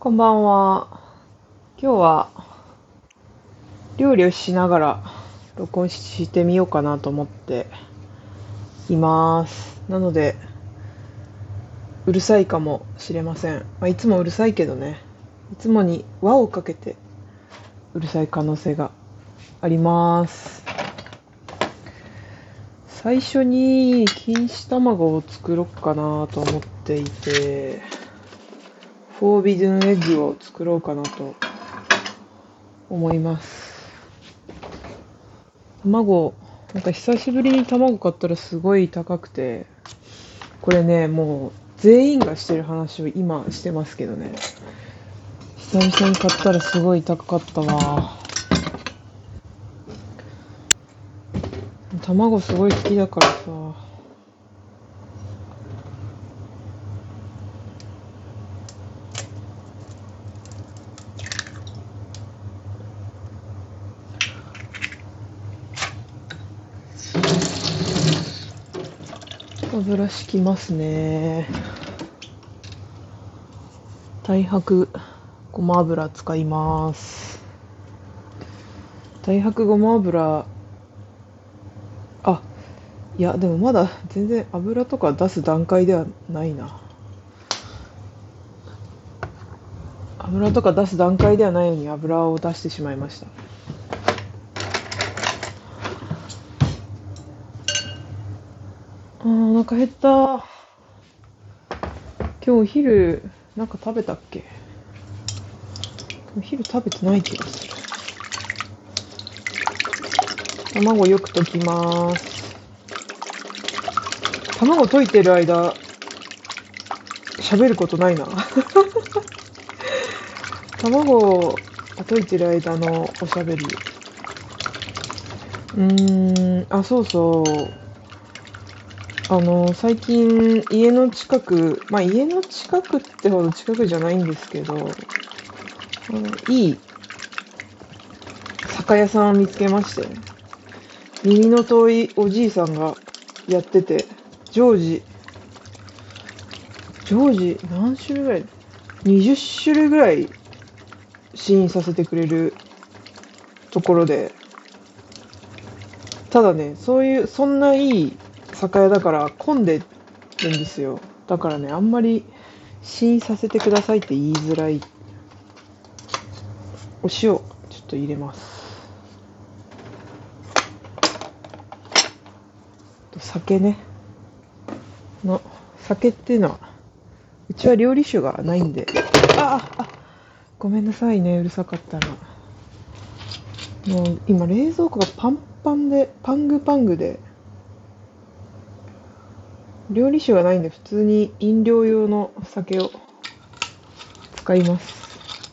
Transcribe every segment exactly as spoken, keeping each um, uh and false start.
こんばんは。今日は料理をしながら録音してみようかなと思っています。なので、うるさいかもしれません。まあ、いつもうるさいけどね。いつもに輪をかけてうるさい可能性があります。最初に錦糸卵を作ろうかなと思っていて、フォービドゥンエッグを作ろうかなと思います。卵、なんか久しぶりに卵買ったらすごい高くて、これね、もう全員がしてる話を今してますけどね。久々に買ったらすごい高かったわ。卵すごい好きだからさ。油敷きますね。太白ごま油使います。太白ごま油、あ、いやでもまだ全然油とか出す段階ではないな。油とか出す段階ではないのに油を出してしまいました。あー、お腹減った。今日お昼なんか食べたっけ？お昼食べてない気がする。卵よく溶きます。卵溶いてる間喋ることないな。卵を溶いてる間のおしゃべり。うーん、あ、そうそう。あの、最近家の近く、まあ家の近くってほど近くじゃないんですけど、あのいい酒屋さんを見つけまして、耳の遠いおじいさんがやってて、常時、常時何種類ぐらい？ にじゅう 種類ぐらい試飲させてくれるところで、ただね、そういう、そんないい酒屋だから混んでるんですよ。だからね、あんまり試飲させてくださいって言いづらい。お塩、ちょっと入れます。酒ね。の、酒っていうのは、うちは料理酒がないんで。ああ、あ、ごめんなさいね、うるさかったら。もう今冷蔵庫がパンパンで、パングパングで、料理酒がないんで普通に飲料用の酒を使います。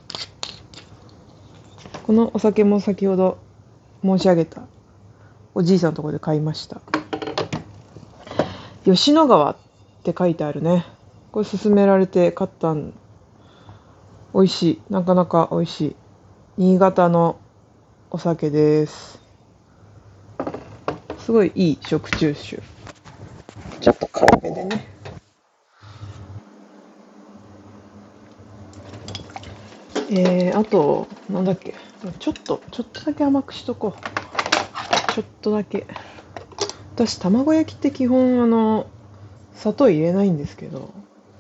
このお酒も先ほど申し上げたおじいさんのところで買いました。吉野川って書いてあるね。これ勧められて買ったん。美味しい。なかなか美味しい。新潟のお酒です。すごいいい食中酒。ちょっと辛めでね。えー、あと、なんだっけ。ちょっと、ちょっとだけ甘くしとこう。ちょっとだけ。私、卵焼きって基本、あの、砂糖入れないんですけど、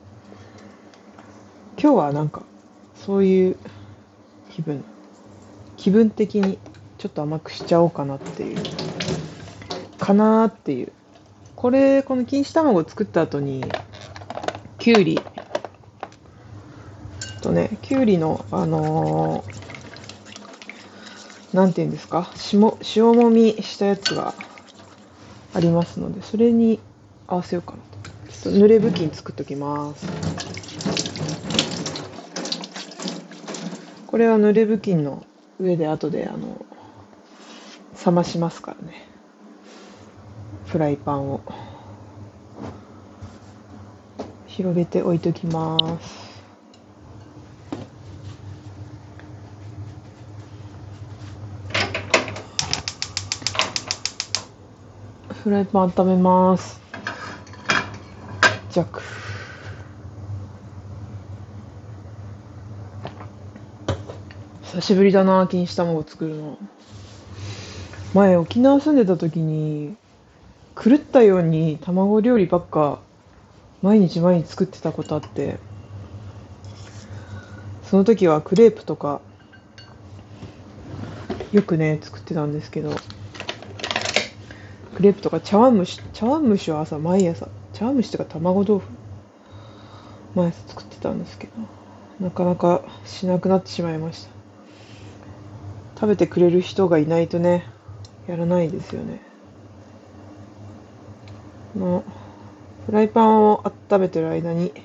今日はなんか、そういう気分、気分的にちょっと甘くしちゃおうかなっていう、かなーっていう。これ、この錦糸卵を作った後に、きゅうりとね、きゅうりの、あのーなんていうんですか、しも塩もみしたやつがありますので、それに合わせようかなと。ちょっと濡れ布巾作っときます。これは濡れ布巾の上で後であの冷ましますからね。フライパンを広げて置いときます。フライパン温めます。弱。 久しぶりだな、錦糸卵作るの。前沖縄住んでた時に狂ったように卵料理ばっか毎日毎日作ってたことあって、その時はクレープとかよくね作ってたんですけど、クレープとか茶碗蒸し茶碗蒸しは朝毎朝茶碗蒸しとか卵豆腐毎朝作ってたんですけど、なかなかしなくなってしまいました。食べてくれる人がいないとね、やらないですよね。のフライパンを温めてる間に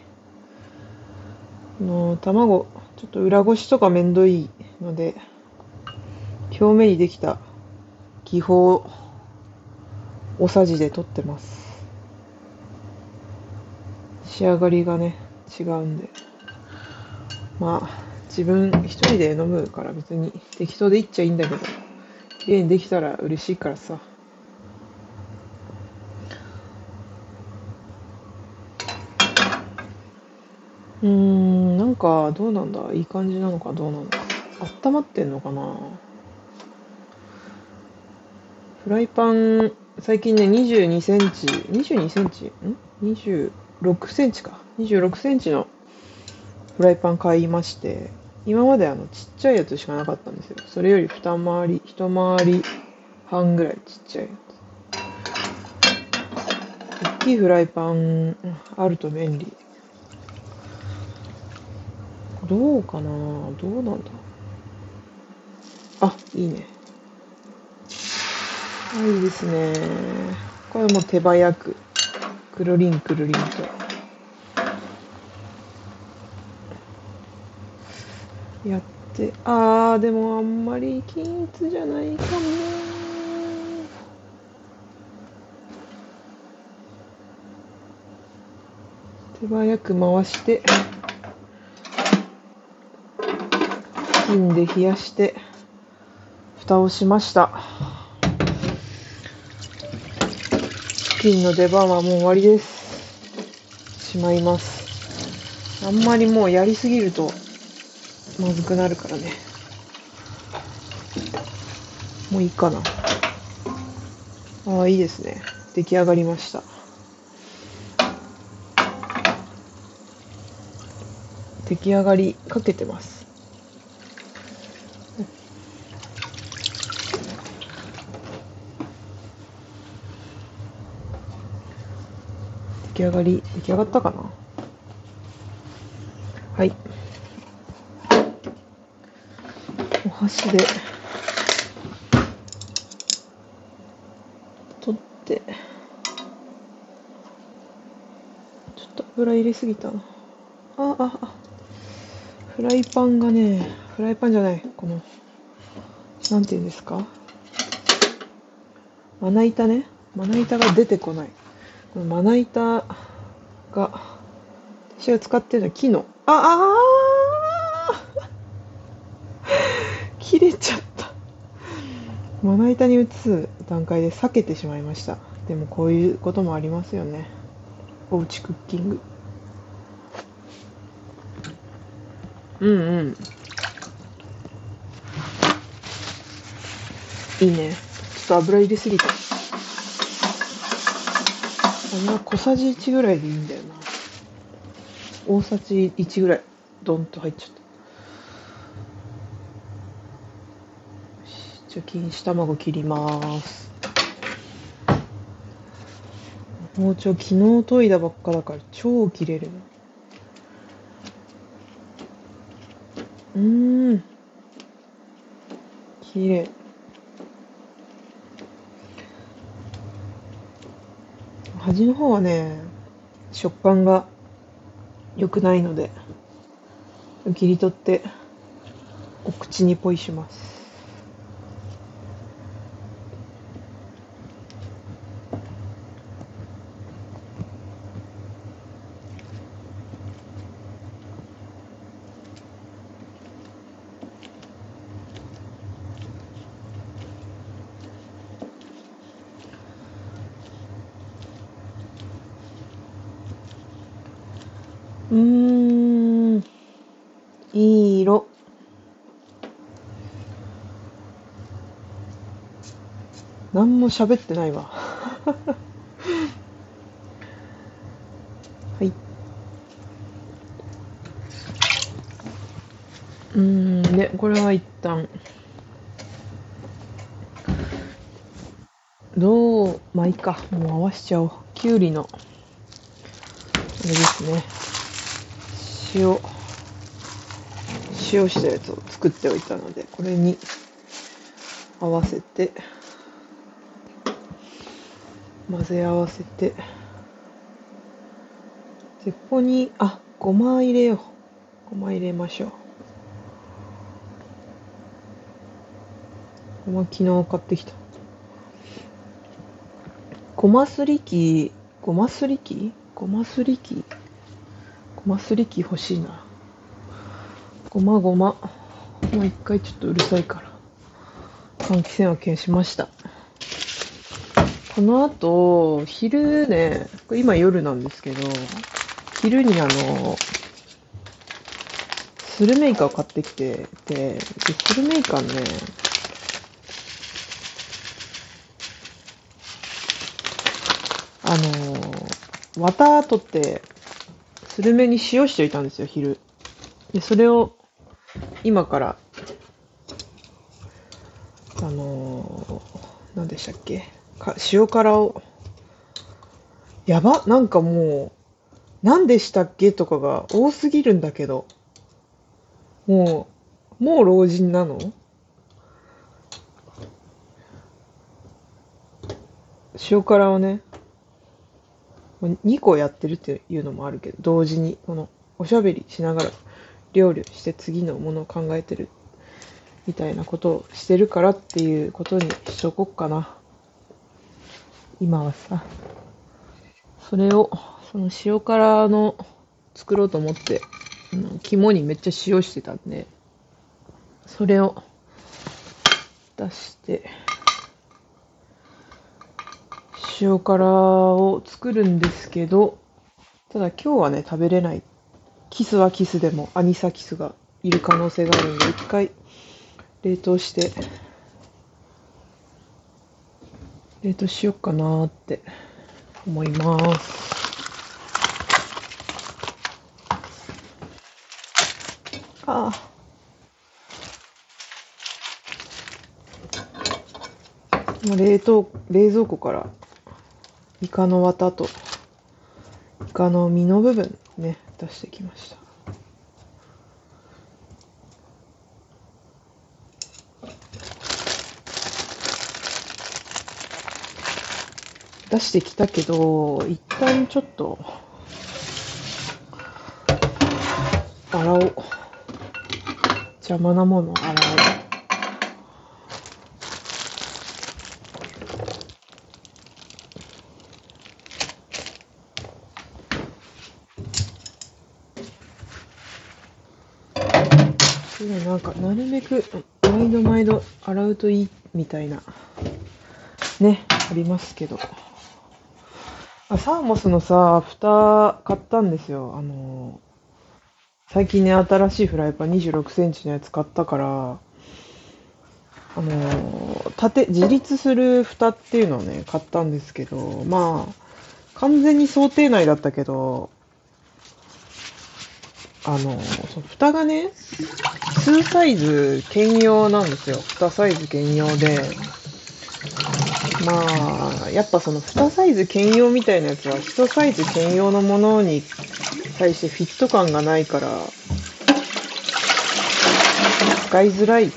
の卵ちょっと裏ごしとかめんどいので、表面にできた気泡をおさじで取ってます。仕上がりがね違うんで、まあ自分一人で飲むから別に適当でいっちゃいいんだけど、綺麗にできたら嬉しいからさ。うーん、なんかどうなんだ、いい感じなのかどうなのか、温まってんのかな。フライパン最近ねにじゅうにセンチにじゅうにセンチんにじゅうろくセンチかにじゅうろくセンチのフライパン買いまして、今まであのちっちゃいやつしかなかったんですよ。それより二回り一回り半ぐらいちっちゃいやつ。大きいフライパンあると便利。どうかな、どうなんだ。あ、いいね。あ、いいですね。これも手早くくるりんくるりんとやって、あーでもあんまり均一じゃないかも。手早く回して布巾で冷やして蓋をしました。布巾の出番はもう終わりです。しまいます。あんまりもうやりすぎるとまずくなるからね。もういいかな。ああ、いいですね。出来上がりました。出来上がりかけてます。出来上がり、出来上がったかな。はい。お箸で取って、ちょっと油入れすぎたな。あ、あ、あ、フライパンがね、フライパンじゃない、この、なんていうんですか、まな板ね。まな板が出てこない。このまな板が、私が使ってるのは木の、ああ切れちゃった。まな板に移す段階で避けてしまいました。でもこういうこともありますよね。おうちクッキング。うんうん。いいね。ちょっと油入れすぎた。油小さじいちぐらいでいいんだよな。大さじいちぐらいドンと入っちゃった。じゃあ錦糸卵切ります。包丁昨日研いだばっかだから超切れる。うーん、綺麗。端の方はね食感が良くないので切り取ってお口にポイします。うーん、いい色。 何も喋ってないわ。はい。うーん、で、これは一旦、どう、まあいいか。もう合わしちゃおう。きゅうりの、あれですね。塩、塩したやつを作っておいたので、これに合わせて、混ぜ合わせて、で、ここに、あ、ごま入れよう。ごま入れましょう。ごま昨日買ってきた。ごますり器、ごますり器ごますり器ごますり器欲しいな。ごまごま。もう一回ちょっとうるさいから。換気扇は消しました。この後、昼ね、今夜なんですけど、昼にあの、スルメイカを買ってきて、で、でスルメイカね、あの、綿取って、スルメに塩しておいたんですよ、昼。で、それを、今から、あのー、何でしたっけか、塩辛を、やばなんかもう、何でしたっけとかが多すぎるんだけど、もう、もう老人なの？塩辛をね、にこやってるっていうのもあるけど、同時に、この、おしゃべりしながら料理して次のものを考えてるみたいなことをしてるからっていうことにしとこっかな。今はさ、それを、その塩辛の作ろうと思って、肝にめっちゃ塩してたんで、それを出して、塩辛を作るんですけど、ただ今日はね、食べれない。キスはキスでもアニサキスがいる可能性があるんで、一回冷凍して、冷凍しよっかなーって思います。ああ。冷凍、冷蔵庫からイカの綿とイカの身の部分ね、出してきました。出してきたけど、一旦ちょっと洗おう。邪魔なものを洗おう。なんかなるべく毎度毎度洗うといいみたいなねありますけど、あサーモスのさ蓋買ったんですよ。あの最近ね新しいフライパンにじゅうろくセンチのやつ買ったから、あの縦自立する蓋っていうのをね買ったんですけど、まあ完全に想定内だったけど、あのその蓋がねにサイズ兼用なんですよ。にサイズ兼用で、まあやっぱそのにサイズ兼用みたいなやつはいちサイズ兼用のものに対してフィット感がないから使いづらい。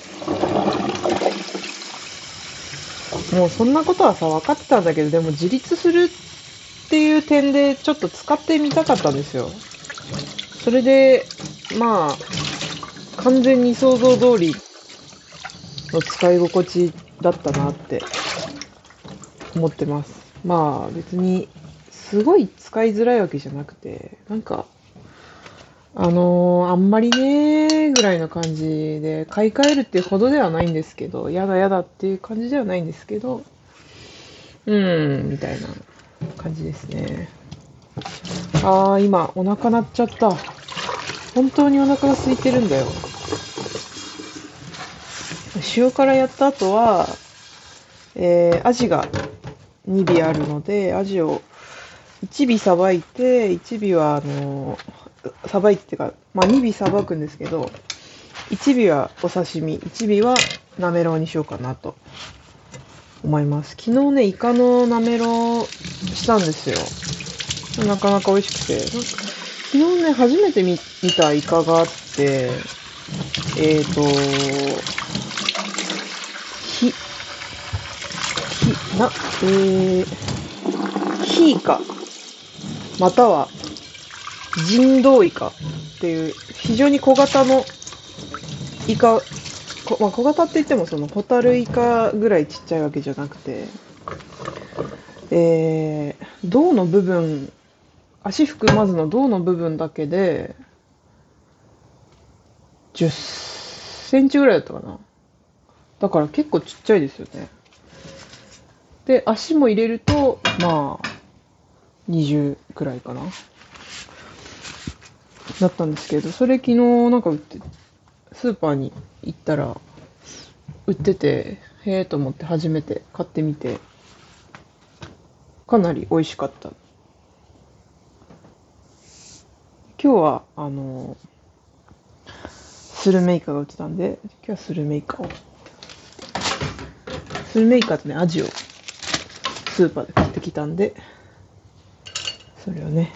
もうそんなことはさ分かってたんだけど、でも自立するっていう点でちょっと使ってみたかったんですよ。それでまあ完全に想像通りの使い心地だったなって思ってます。まあ別にすごい使いづらいわけじゃなくて、なんかあのー、あんまりねーぐらいの感じで、買い替えるっていうほどではないんですけど、やだやだっていう感じではないんですけど、うーん、みたいな感じですね。あー、今、お腹鳴っちゃった。本当にお腹が空いてるんだよ。塩辛やった後は、 えー、アジがに尾あるので、アジをいち尾さばいて、いち尾はあのさばいてってか、まあ、に尾さばくんですけど、いち尾はお刺身、いち尾はなめろうにしようかなと思います。昨日ね、イカのなめろうしたんですよ。なかなか美味しくて。なんか昨日ね、初めて見見たイカがあって、えーと、ひ、ひ、な、えー、ヒイカ、または人道イカっていう、非常に小型のイカ、こまあ、小型って言ってもそのホタルイカぐらいちっちゃいわけじゃなくて、えー、胴の部分、足含まずの胴の部分だけでじゅっセンチぐらいだったかな。だから結構ちっちゃいですよね。で、足も入れると、まあ、にじゅうくらいかな。だったんですけど、それ昨日なんか売って、スーパーに行ったら売ってて、へえと思って初めて買ってみて、かなり美味しかった。今日は、あの、スルメイカが売ってたんで、今日はスルメイカを。スルメイカとね、アジをスーパーで買ってきたんで、それをね、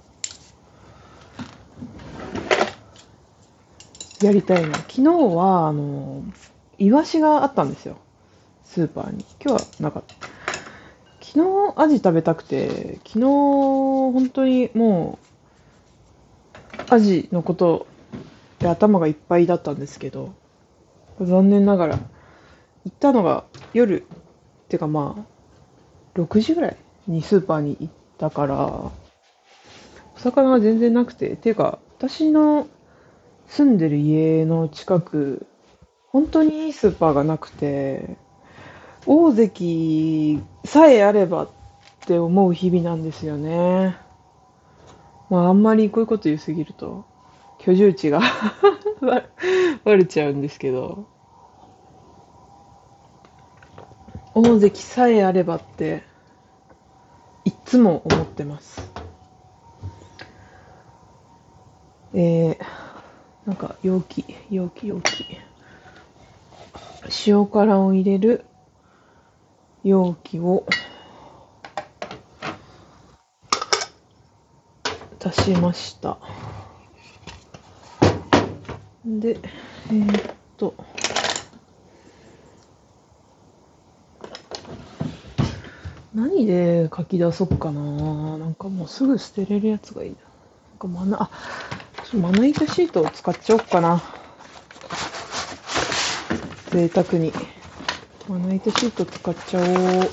やりたいな。昨日は、あの、イワシがあったんですよ。スーパーに。今日はなかった。昨日、アジ食べたくて、昨日、本当にもう、アジのことで頭がいっぱいだったんですけど、残念ながら、行ったのが夜、ってかまあ、ろくじぐらいにスーパーに行ったから、お魚が全然なくて、ていうか、私の住んでる家の近く、本当にいいスーパーがなくて、大関さえあればって思う日々なんですよね。まああんまりこういうこと言いすぎると、居住地がバレちゃうんですけど、大関さえあればっていっつも思ってます。えー、なんか容器、容器、容器。塩辛を入れる容器を出しました。で、えー、っと、何で書き出そうかな。なんかもうすぐ捨てれるやつがいいな。なんかまな、あ、ちょまな板シートを使っちゃおうかな。贅沢に。まな板シート使っちゃおう。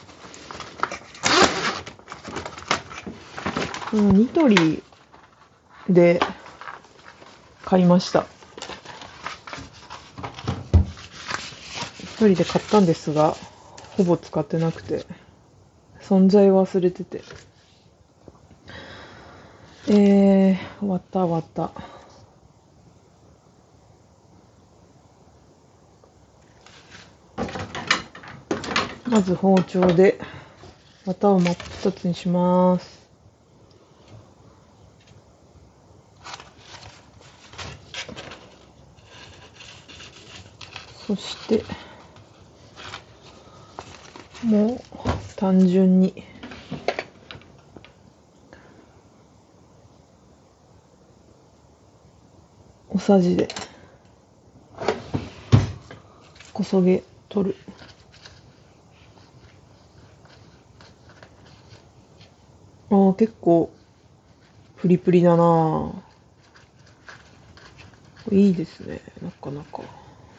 うん、ニトリで買いました。ニトリで買ったんですが、ほぼ使ってなくて、存在忘れてて。えー、終わった終わった。まず包丁で綿を真っ二つにします。そしてもう単純におさじでこそげ取る。あー結構プリプリだなぁ。いいですね、なかなか。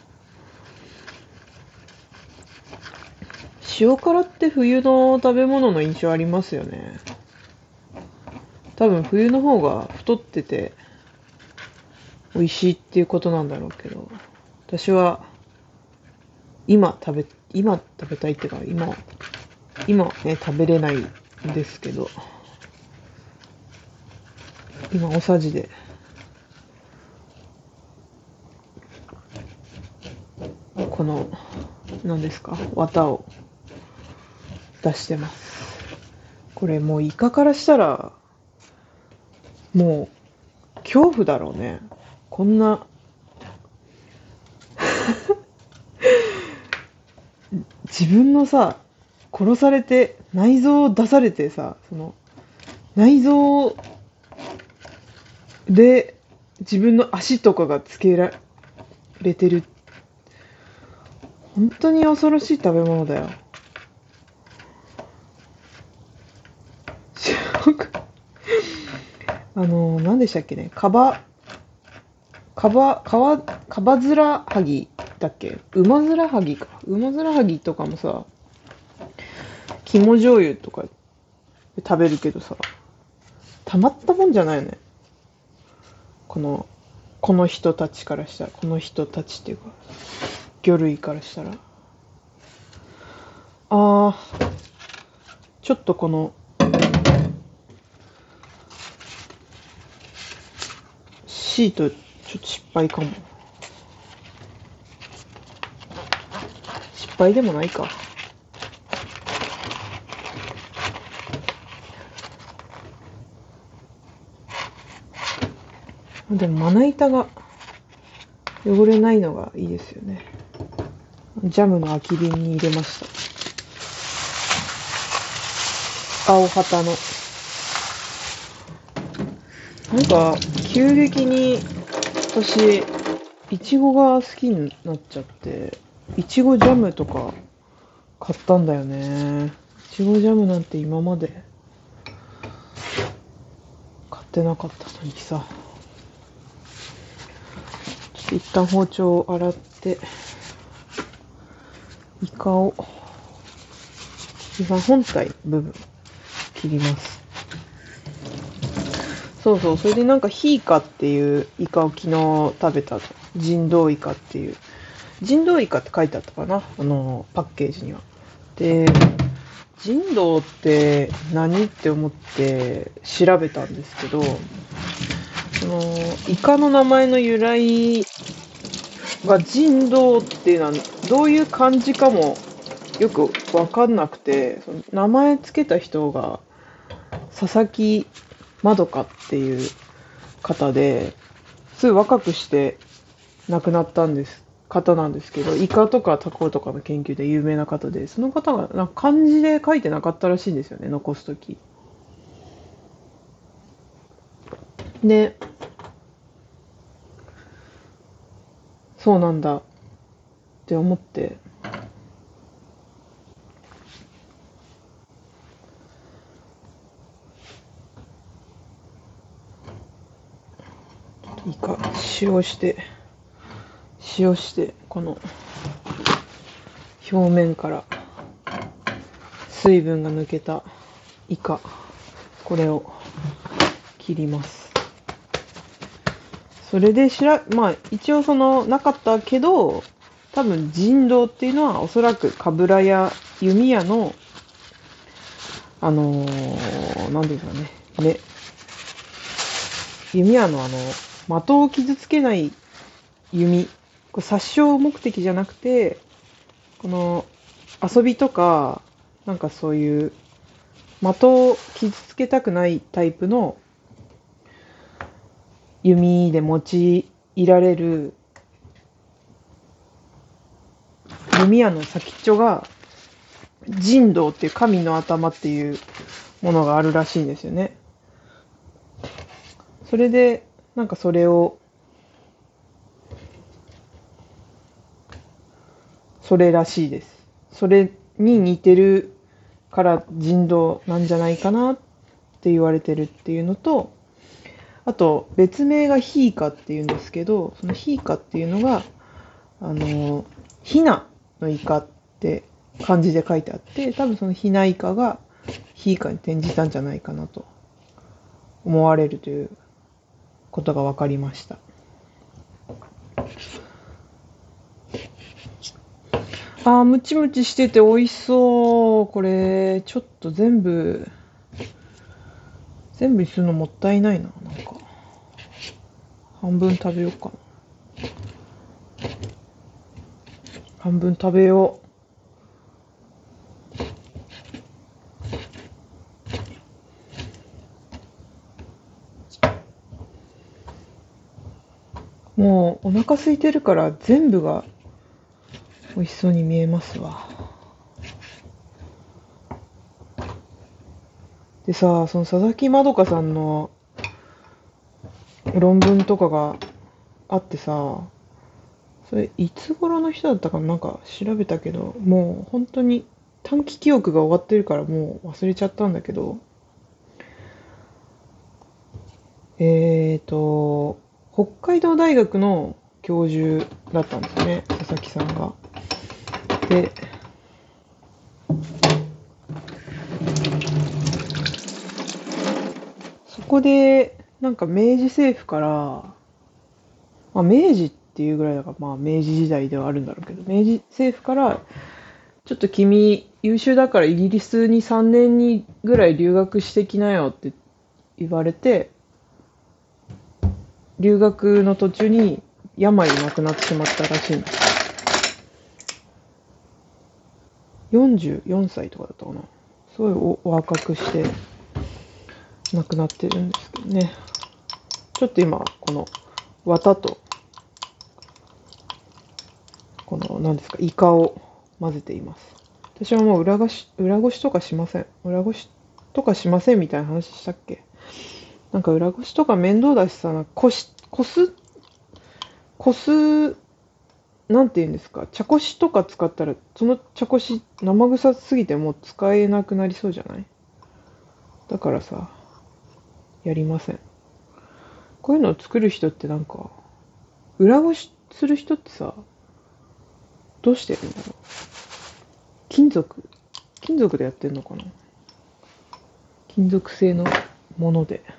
塩辛って冬の食べ物の印象ありますよね。多分冬の方が太ってて美味しいっていうことなんだろうけど、私は今食べ、今食べたいっていうか、今、今ね、食べれないんですけど、今おさじで、この、何ですか、綿を出してます。これもうイカからしたらもう恐怖だろうね。こんな自分のさ、殺されて内臓を出されてさ、その内臓で自分の足とかがつけられてる。本当に恐ろしい食べ物だよ。あの何でしたっけね、カバカバカワカバズラハギだっけ、ウマズラハギか、ウマズラハギとかもさ、肝醤油とかで食べるけどさ、たまったもんじゃないよね。このこの人たちからしたら、この人たちっていうか魚類からしたら、あーちょっとこのシートちょっと失敗かも。失敗でもないか。でもまな板が汚れないのがいいですよね。ジャムの空き瓶に入れました。青旗の。なんか急激に私いちごが好きになっちゃって、いちごジャムとか買ったんだよね。いちごジャムなんて今まで買ってなかったのにさ。ちょっと一旦包丁を洗ってイカをイカ本体部分切ります。そうそう、それでなんかヒイカっていうイカを昨日食べたと。人道イカっていう。人道イカって書いてあったかな、あのパッケージには。で、人道って何って思って調べたんですけど、そのイカの名前の由来が人道っていうのはどういう漢字かもよく分かんなくて、その名前つけた人が佐々木まどかっていう方で、すぐ若くして亡くなったんです方なんですけど、イカとかタコとかの研究で有名な方で、その方がなんか漢字で書いてなかったらしいんですよね、残すときで。そうなんだって思って、イカ塩して塩してこの表面から水分が抜けたイカ、これを切ります。それでしらまあ一応そのなかったけど、多分人道っていうのはおそらくかぶらや弓矢のあのー、なんですかねね弓矢のあの的を傷つけない弓、これ殺傷目的じゃなくて、この遊びとかなんかそういう的を傷つけたくないタイプの弓で用いられる弓矢の先っちょが人道っていう神の頭っていうものがあるらしいんですよね。それでなんかそれをそれらしいです。それに似てるから人道なんじゃないかなって言われてるっていうのと、あと別名がヒイカっていうんですけど、そのヒイカっていうのがあのヒナのイカって漢字で書いてあって、多分そのヒナイカがヒイカに転じたんじゃないかなと思われるということが分かりました。あー、ムチムチしてて美味しそう。これちょっと全部全部にするのもったいないな。なんか半分食べようかな。半分食べよもうお腹空いてるから全部が美味しそうに見えますわ。でさ、その佐々木まどかさんの論文とかがあってさ、それいつ頃の人だったかなんか調べたけど、もう本当に短期記憶が終わってるからもう忘れちゃったんだけど、えーと、北海道大学の教授だったんですね、佐々木さんが。で、そこで、なんか明治政府から、まあ、明治っていうぐらいだから、まあ明治時代ではあるんだろうけど、明治政府から、ちょっと君優秀だからイギリスにさんねんにぐらい留学してきなよって言われて、留学の途中に病で亡くなってしまったらしいんです。よんじゅうよんさいとかだったかな。すごい お, お若くして亡くなってるんですけどね。ちょっと今、この綿と、この、何ですか、イカを混ぜています。私はもう裏ごし、裏ごしとかしません。裏ごしとかしませんみたいな話したっけ？なんか裏ごしとか面倒だしさ、なんかこし、こす、こす、なんて言うんですか、茶こしとか使ったら、その茶こし生臭すぎてもう使えなくなりそうじゃない？だからさ、やりません。こういうのを作る人ってなんか、裏ごしする人ってさ、どうしてるんだろう。金属金属でやってんのかな。金属製のもので。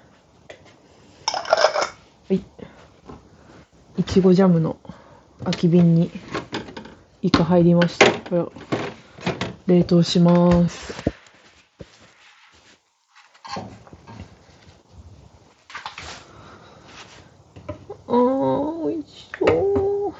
はい。いちごジャムの空き瓶にイカ入りました。これを冷凍します。あー、美味しそう。ちょ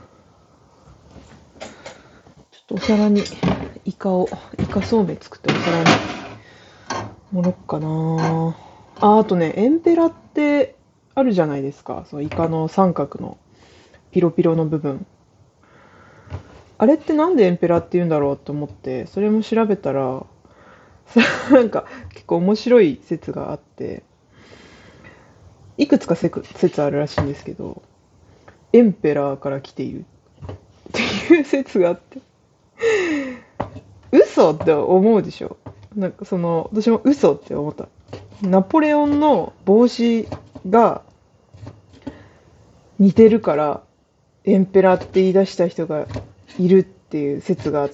っとお皿にイカを、イカそうめん作ってお皿に盛ろっかな。あ、あとね、エンペラってあるじゃないですか。そのイカの三角のピロピロの部分。あれってなんでエンペラって言うんだろうと思って、それも調べたら、なんか結構面白い説があって、いくつか説あるらしいんですけど、エンペラーから来ているっていう説があって、嘘って思うでしょ。なんかその、私も嘘って思った。ナポレオンの帽子が似てるから、エンペラーって言い出した人がいるっていう説があって、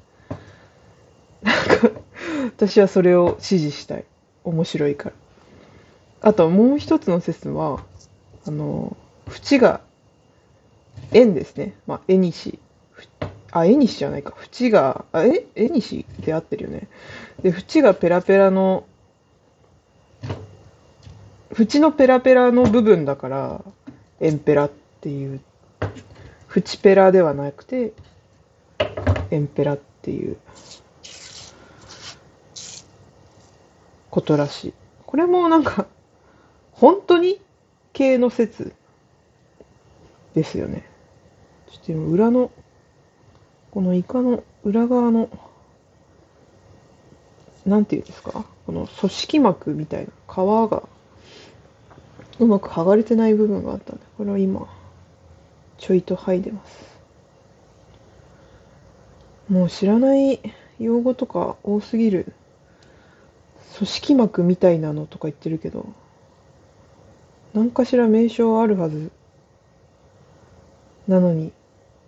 私はそれを支持したい。面白いから。あともう一つの説は、あの、縁が円ですね。まあ、絵にし。あ、絵にしじゃないか。縁が、あ、え絵にしで合ってるよね。で、縁がペラペラの、縁のペラペラの部分だから、エンペラっていう、縁ペラではなくて、エンペラっていうことらしい。これもなんか、本当に系の説ですよね。ちょっと今裏の、このイカの裏側の、なんていうんですか、この組織膜みたいな皮がうまく剥がれてない部分があったんで、これを今、ちょいと剥いでます。もう知らない用語とか多すぎる。組織膜みたいなのとか言ってるけど、何かしら名称あるはずなのに、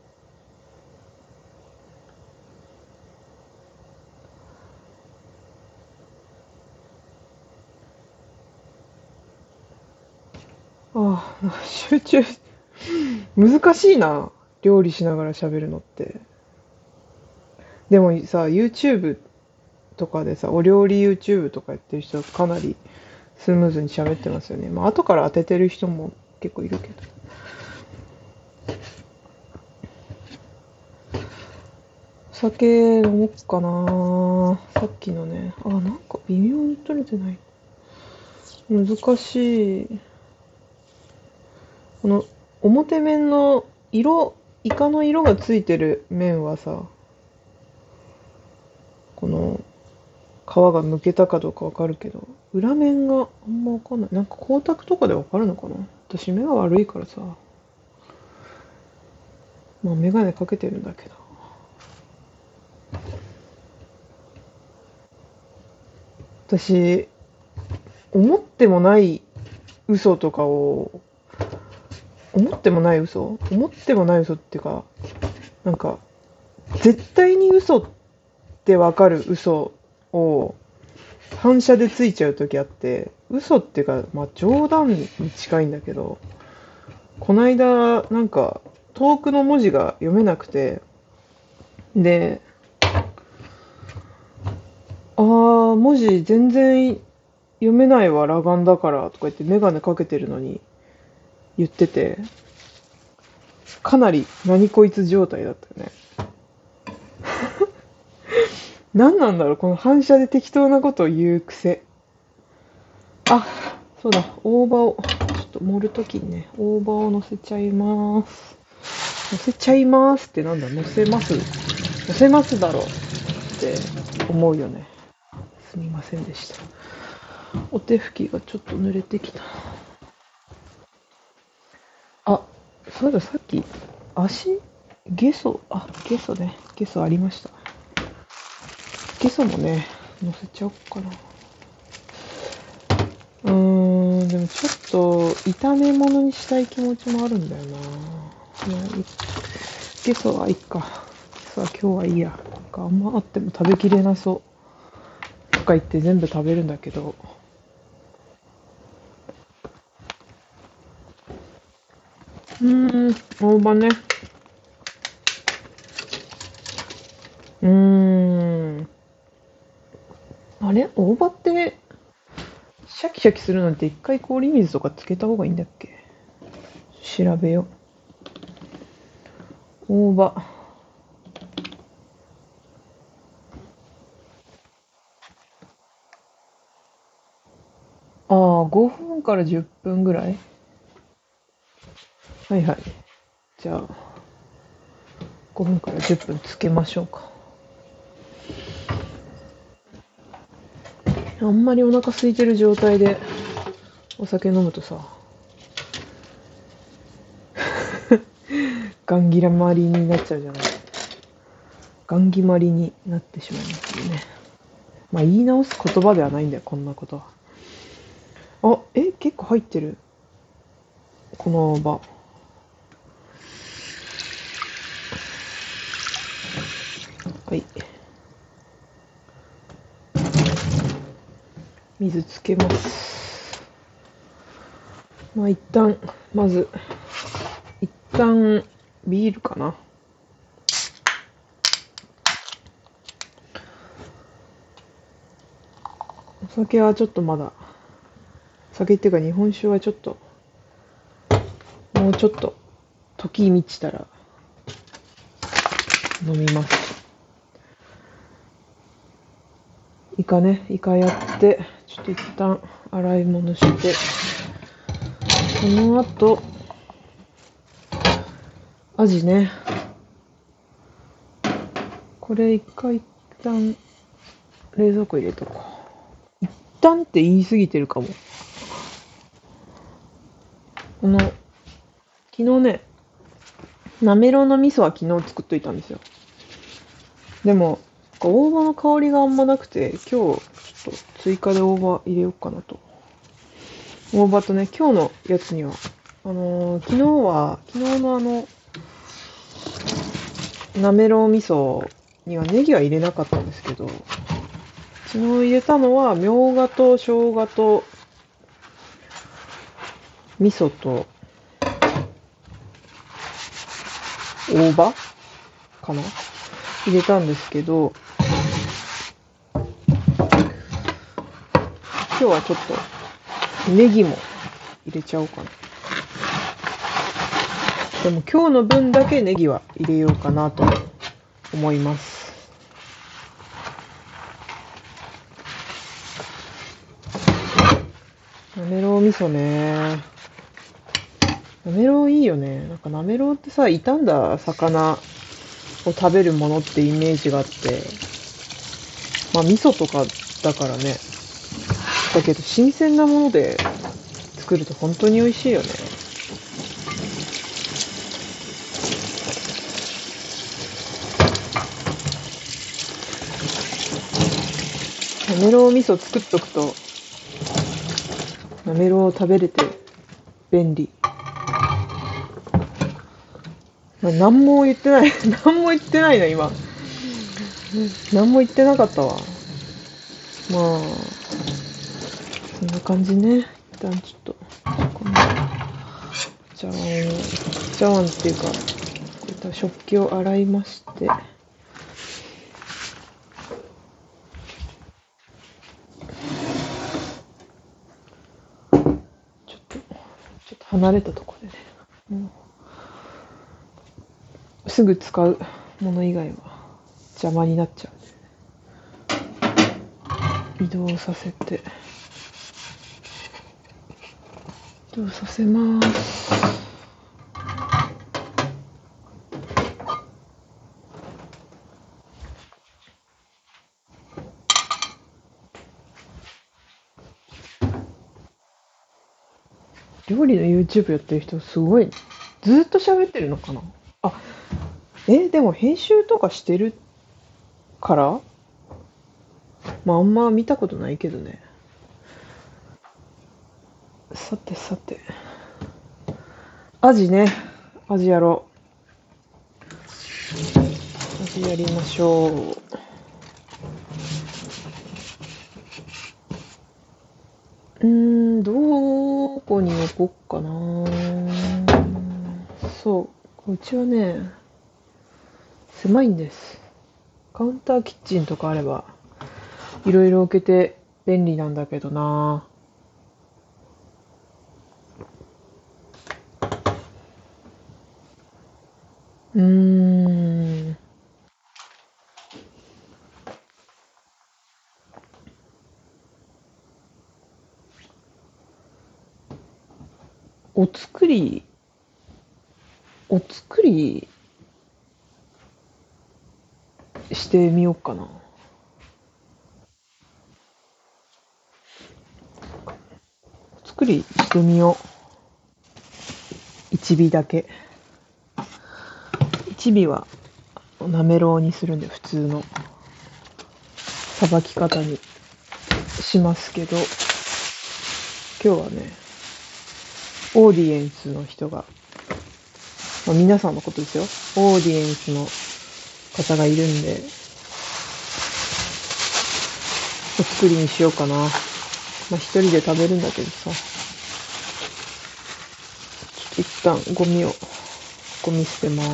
ああ、集中、難しいな。料理しながら喋るのって。でもさ、YouTube とかでさ、お料理 YouTube とかやってる人かなりスムーズに喋ってますよね。まあ、後から当ててる人も結構いるけど。酒飲もっかな。さっきのね。あ、なんか微妙に取れてない。難しい。この表面の色、イカの色がついてる面はさ、この皮が剥けたかどうかわかるけど、裏面があんまわかんない。なんか光沢とかでわかるのかな。私目が悪いからさ、まあメガネかけてるんだけど。私、思ってもない嘘とかを、思ってもない嘘思ってもない嘘っていうか、なんか、絶対に嘘ってわかる嘘を反射でついちゃうときあって、嘘っていうか、まあ冗談に近いんだけど、こないだ、なんか、遠くの文字が読めなくて、で、あー、文字全然読めないわ、裸眼だからとか言ってメガネかけてるのに言ってて、かなり何こいつ状態だったよね。何なんだろう、この反射で適当なことを言う癖。あ、そうだ、大葉を、ちょっと盛るときにね、大葉を乗せちゃいます。乗せちゃいますってなんだ、乗せます乗せますだろうって思うよね。すみませんでした。お手拭きがちょっと濡れてきた。あ、そうだ、さっき、足、ゲソ、あ、ゲソね。ゲソありました。ゲソもね、乗せちゃおっかな。うーん、でもちょっと、炒め物にしたい気持ちもあるんだよな。いや、ゲソはいいか。ゲソは今日はいいや。なんかあんまあっても食べきれなそう。とか言って全部食べるんだけど。うーん、大葉ね。うーん。あれ大葉って、シャキシャキするなんて一回氷水とかつけた方がいいんだっけ。調べよう。大葉。ああ、ごふんからじゅっぷんぐらい。はいはい。じゃあ、ごふんからじゅっぷんつけましょうか。あんまりお腹空いてる状態でお酒飲むとさ、ガンギラマリになっちゃうじゃない。ガンギマリになってしまいますよね。まあ言い直す言葉ではないんだよ、こんなことは。あ、え、結構入ってる。この大葉。はい。水つけます。まあ一旦、まず、一旦、ビールかな。お酒はちょっとまだ、酒っていうか日本酒はちょっと、もうちょっと、時満ちたら飲みます。イカね、イカやって、ちょっと一旦洗い物して、その後、アジね。これ一回一旦冷蔵庫入れとこう。一旦って言い過ぎてるかも。この、昨日ね、なめろうの味噌は昨日作っといたんですよ。でも、大葉の香りがあんまなくて、今日ちょっと追加で大葉入れようかなと。大葉とね、今日のやつには、あのー昨日は、昨日のあの、なめろう味噌にはネギは入れなかったんですけど、昨日入れたのは、みょうがと生姜と味噌と大葉かな入れたんですけど、今日はちょっとネギも入れちゃおうかな。でも今日の分だけネギは入れようかなと思います。なめろう味噌ね。 なめろういいよね。なんかなめろうってさ、傷んだ魚を食べるものってイメージがあって、まあ味噌とかだからね。だけど新鮮なもので作ると本当に美味しいよね。なめろう味噌作っとくと、なめろうを食べれて便利。何も言ってない。何も言ってないな、今。何も言ってなかったわ。まあ、そんな感じね。一旦ちょっと、この茶碗を、茶碗っていうか、こういった食器を洗いまして、ちょっと、ちょっと離れたところでね、もうすぐ使うもの以外は邪魔になっちゃう。移動させて、移動させます。料理の YouTube やってる人すごい、ずーっと喋ってるのかなあ、え、でも編集とかしてるからまああんま見たことないけどね。さてさて。アジね。アジやろう。アジやりましょう。うーん、どこに置こっかな。そう。うちはね、狭いんです。カウンターキッチンとかあれば、いろいろ置けて便利なんだけどな。うーん。お作り、お作りしてみようかな。お作りしてみよう。一尾だけ。一尾はなめろうにするんで普通のさばき方にしますけど、今日はね、オーディエンスの人が、まあ、皆さんのことですよ。オーディエンスの方がいるんで、お作りにしようかな。まあ一人で食べるんだけどさ。ちょっと一旦ゴミを、ゴミ捨てます。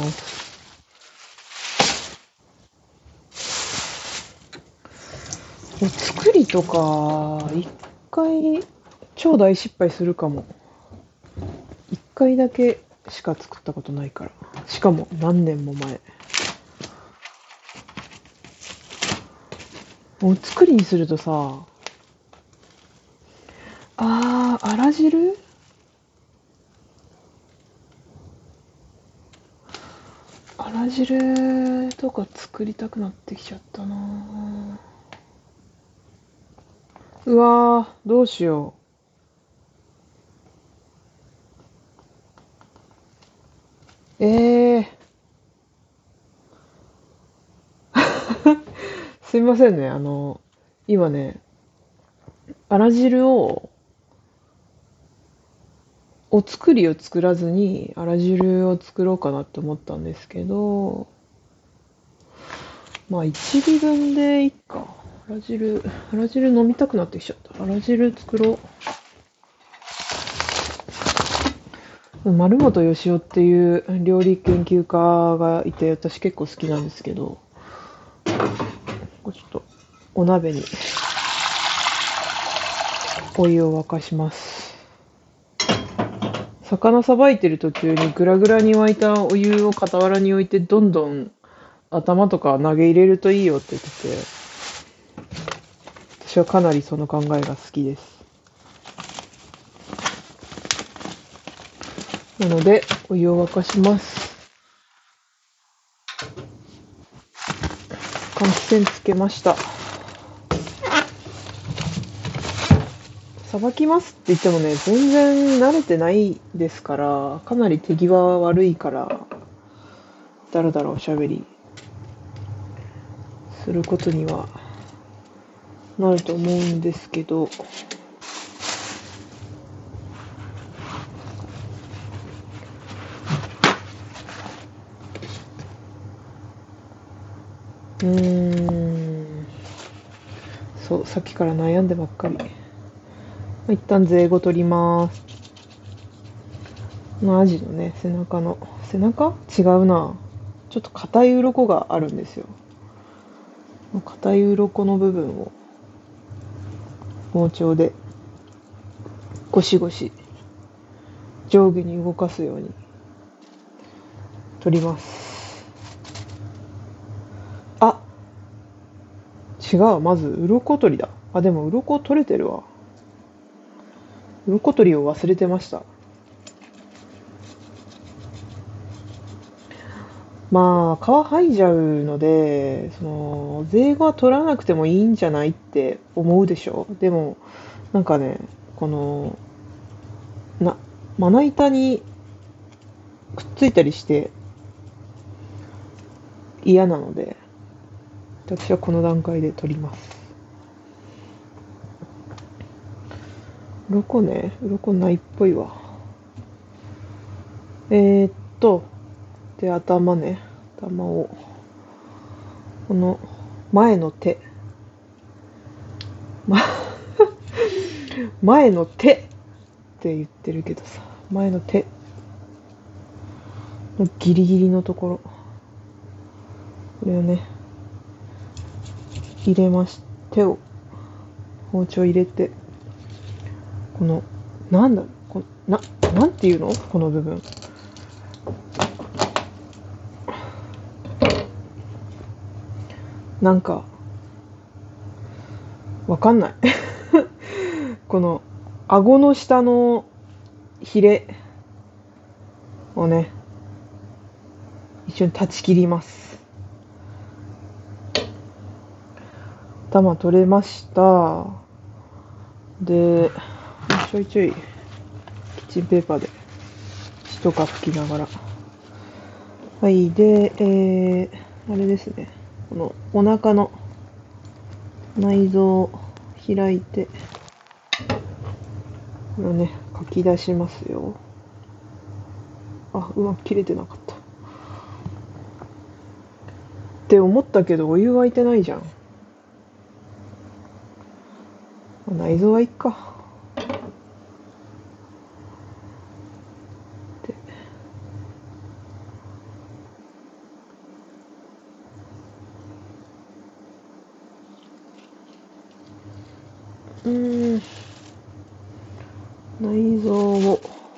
お作りとか、一回、超大失敗するかも。一回だけしか作ったことないから。しかも何年も前。お作りにするとさ、あー、あら汁あら汁とか作りたくなってきちゃったな。うわー、どうしよう。えー、すいませんね。あの、今ね、あら汁を、お作りを作らずに、あら汁を作ろうかなって思ったんですけど、まあ、いち尾分でいいか。あら汁、あら汁飲みたくなってきちゃった。あら汁作ろう。丸本義雄っていう料理研究家がいて、私結構好きなんですけど、これちょっとお鍋にお湯を沸かします。魚さばいてる途中にグラグラに沸いたお湯を傍らに置いて、どんどん頭とか投げ入れるといいよって言ってて、私はかなりその考えが好きです。 なので、お湯を沸かします。換気扇つけました。さばきますって言ってもね、全然慣れてないですから、かなり手際悪いから、だらだらおしゃべりすることにはなると思うんですけど、うーん、そう、さっきから悩んでばっかり。一旦税後取ります。このアジのね、背中の、背中違うな。ちょっと硬い鱗があるんですよ。硬い鱗の部分を包丁でゴシゴシ上下に動かすように取ります。あ、違う。まず鱗取りだ。あ、でも鱗取れてるわ。鱗取りを忘れてました。まあ、皮剥いじゃうので、その、税後は取らなくてもいいんじゃないって思うでしょ。でも、なんかね、この、な、まな板にくっついたりして嫌なので、私はこの段階で取ります。鱗ね、鱗ないっぽいわ。えー、っと、で、頭ね、頭を、この前の手、ま、前の手って言ってるけどさ、前の手のギリギリのところ、これをね、入れまし、手を、包丁入れて、この、なんだ、こな、なんていうのこの部分。なんか、わかんない。この、顎の下のヒレをね、一緒に断ち切ります。頭取れました。で、ちょいちょい、キッチンペーパーで血とか拭きながら。はい、で、えー、あれですね。このお腹の内臓を開いて、これをね、書き出しますよ。あ、うまく切れてなかった。って思ったけど、お湯沸いてないじゃん。内臓はいっか。でうーん、内臓を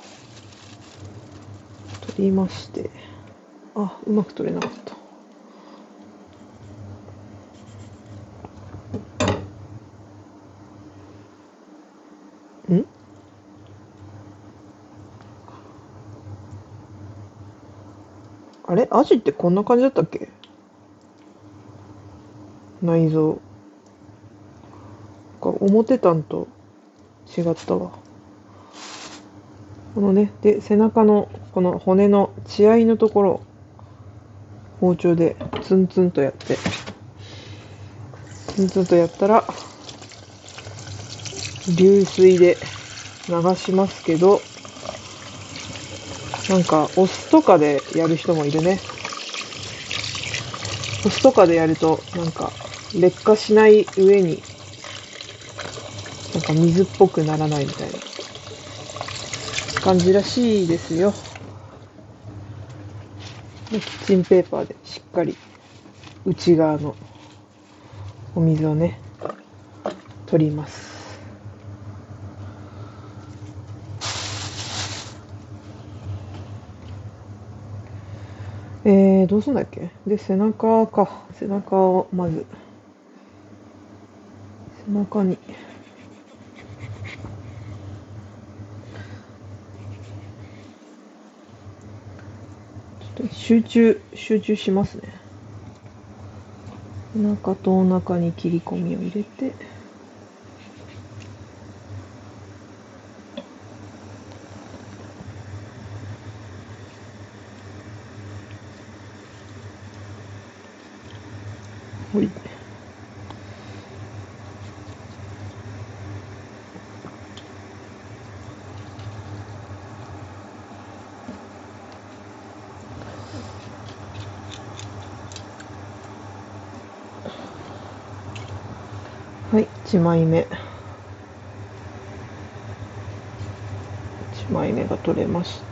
取りまして、あ、うまく取れなかった。んあれアジってこんな感じだったっけ？内臓。思ってたんと違ったわ。このね、で、背中のこの骨の血合いのところを包丁でツンツンとやって、ツンツンとやったら、流水で流しますけど、なんか、お酢とかでやる人もいるね。お酢とかでやると、なんか、劣化しない上に、なんか水っぽくならないみたいな感じらしいですよ。でキッチンペーパーでしっかり内側のお水をね、取ります。えー、どうすんだっけ？で、背中か。背中をまず、背中に、 集中集中しますね。お腹とお腹に切り込みを入れて、ほい。はい、いちまいめ。いちまいめが取れました。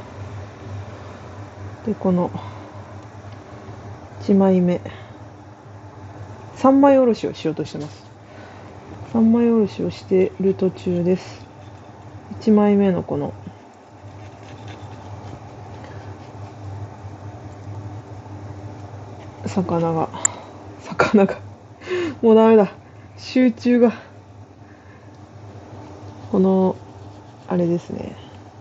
で、このいちまいめ、さんまいおろしをしようとしてます。さんまいおろしをしている途中です。いちまいめのこの魚が、魚が、もうダメだ。集中が。この、あれですね。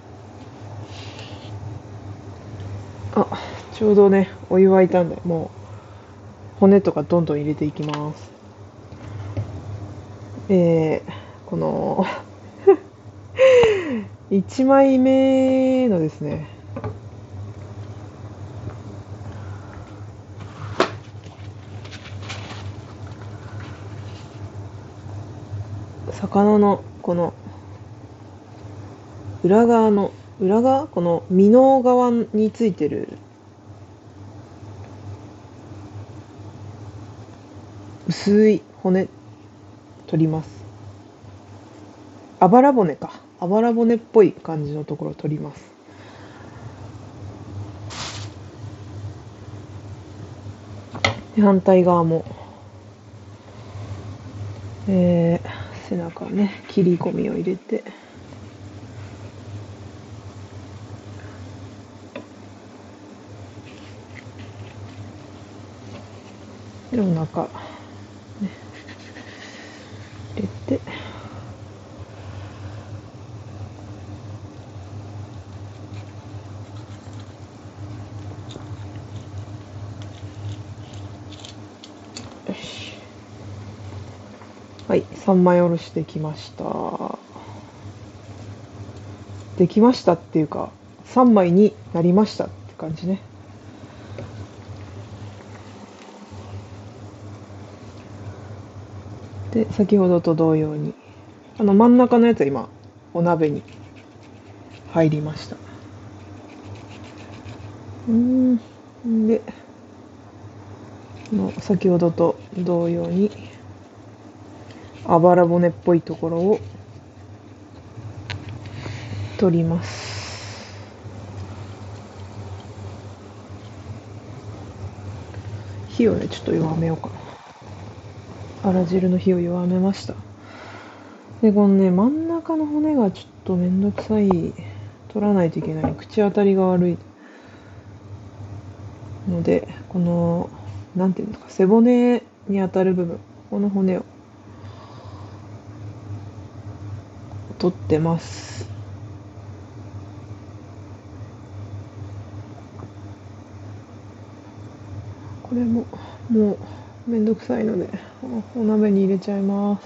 あ、ちょうどね、お湯沸いたんで、もう、骨とかどんどん入れていきます。えー、この、いちまいめのですね、魚のこの裏側の裏側この身の側についてる薄い骨取ります。あばら骨かあばら骨っぽい感じのところを取ります。で反対側も、えー、背中ね切り込みを入れて、でお腹、ね、入れて、よし、はい、さんまいおろしできました。できましたっていうかさんまいになりましたって感じね。で先ほどと同様にあの真ん中のやつは今お鍋に入りました。うーんでの先ほどと同様にあばら骨っぽいところを取ります。火をねちょっと弱めようかな。あら汁の火を弱めました。でこのね真ん中の骨がちょっとめんどくさい、取らないといけない、口当たりが悪いので、このなんていうんですか、背骨に当たる部分、この骨を取ってます。これももうめんどくさいのでお鍋に入れちゃいます。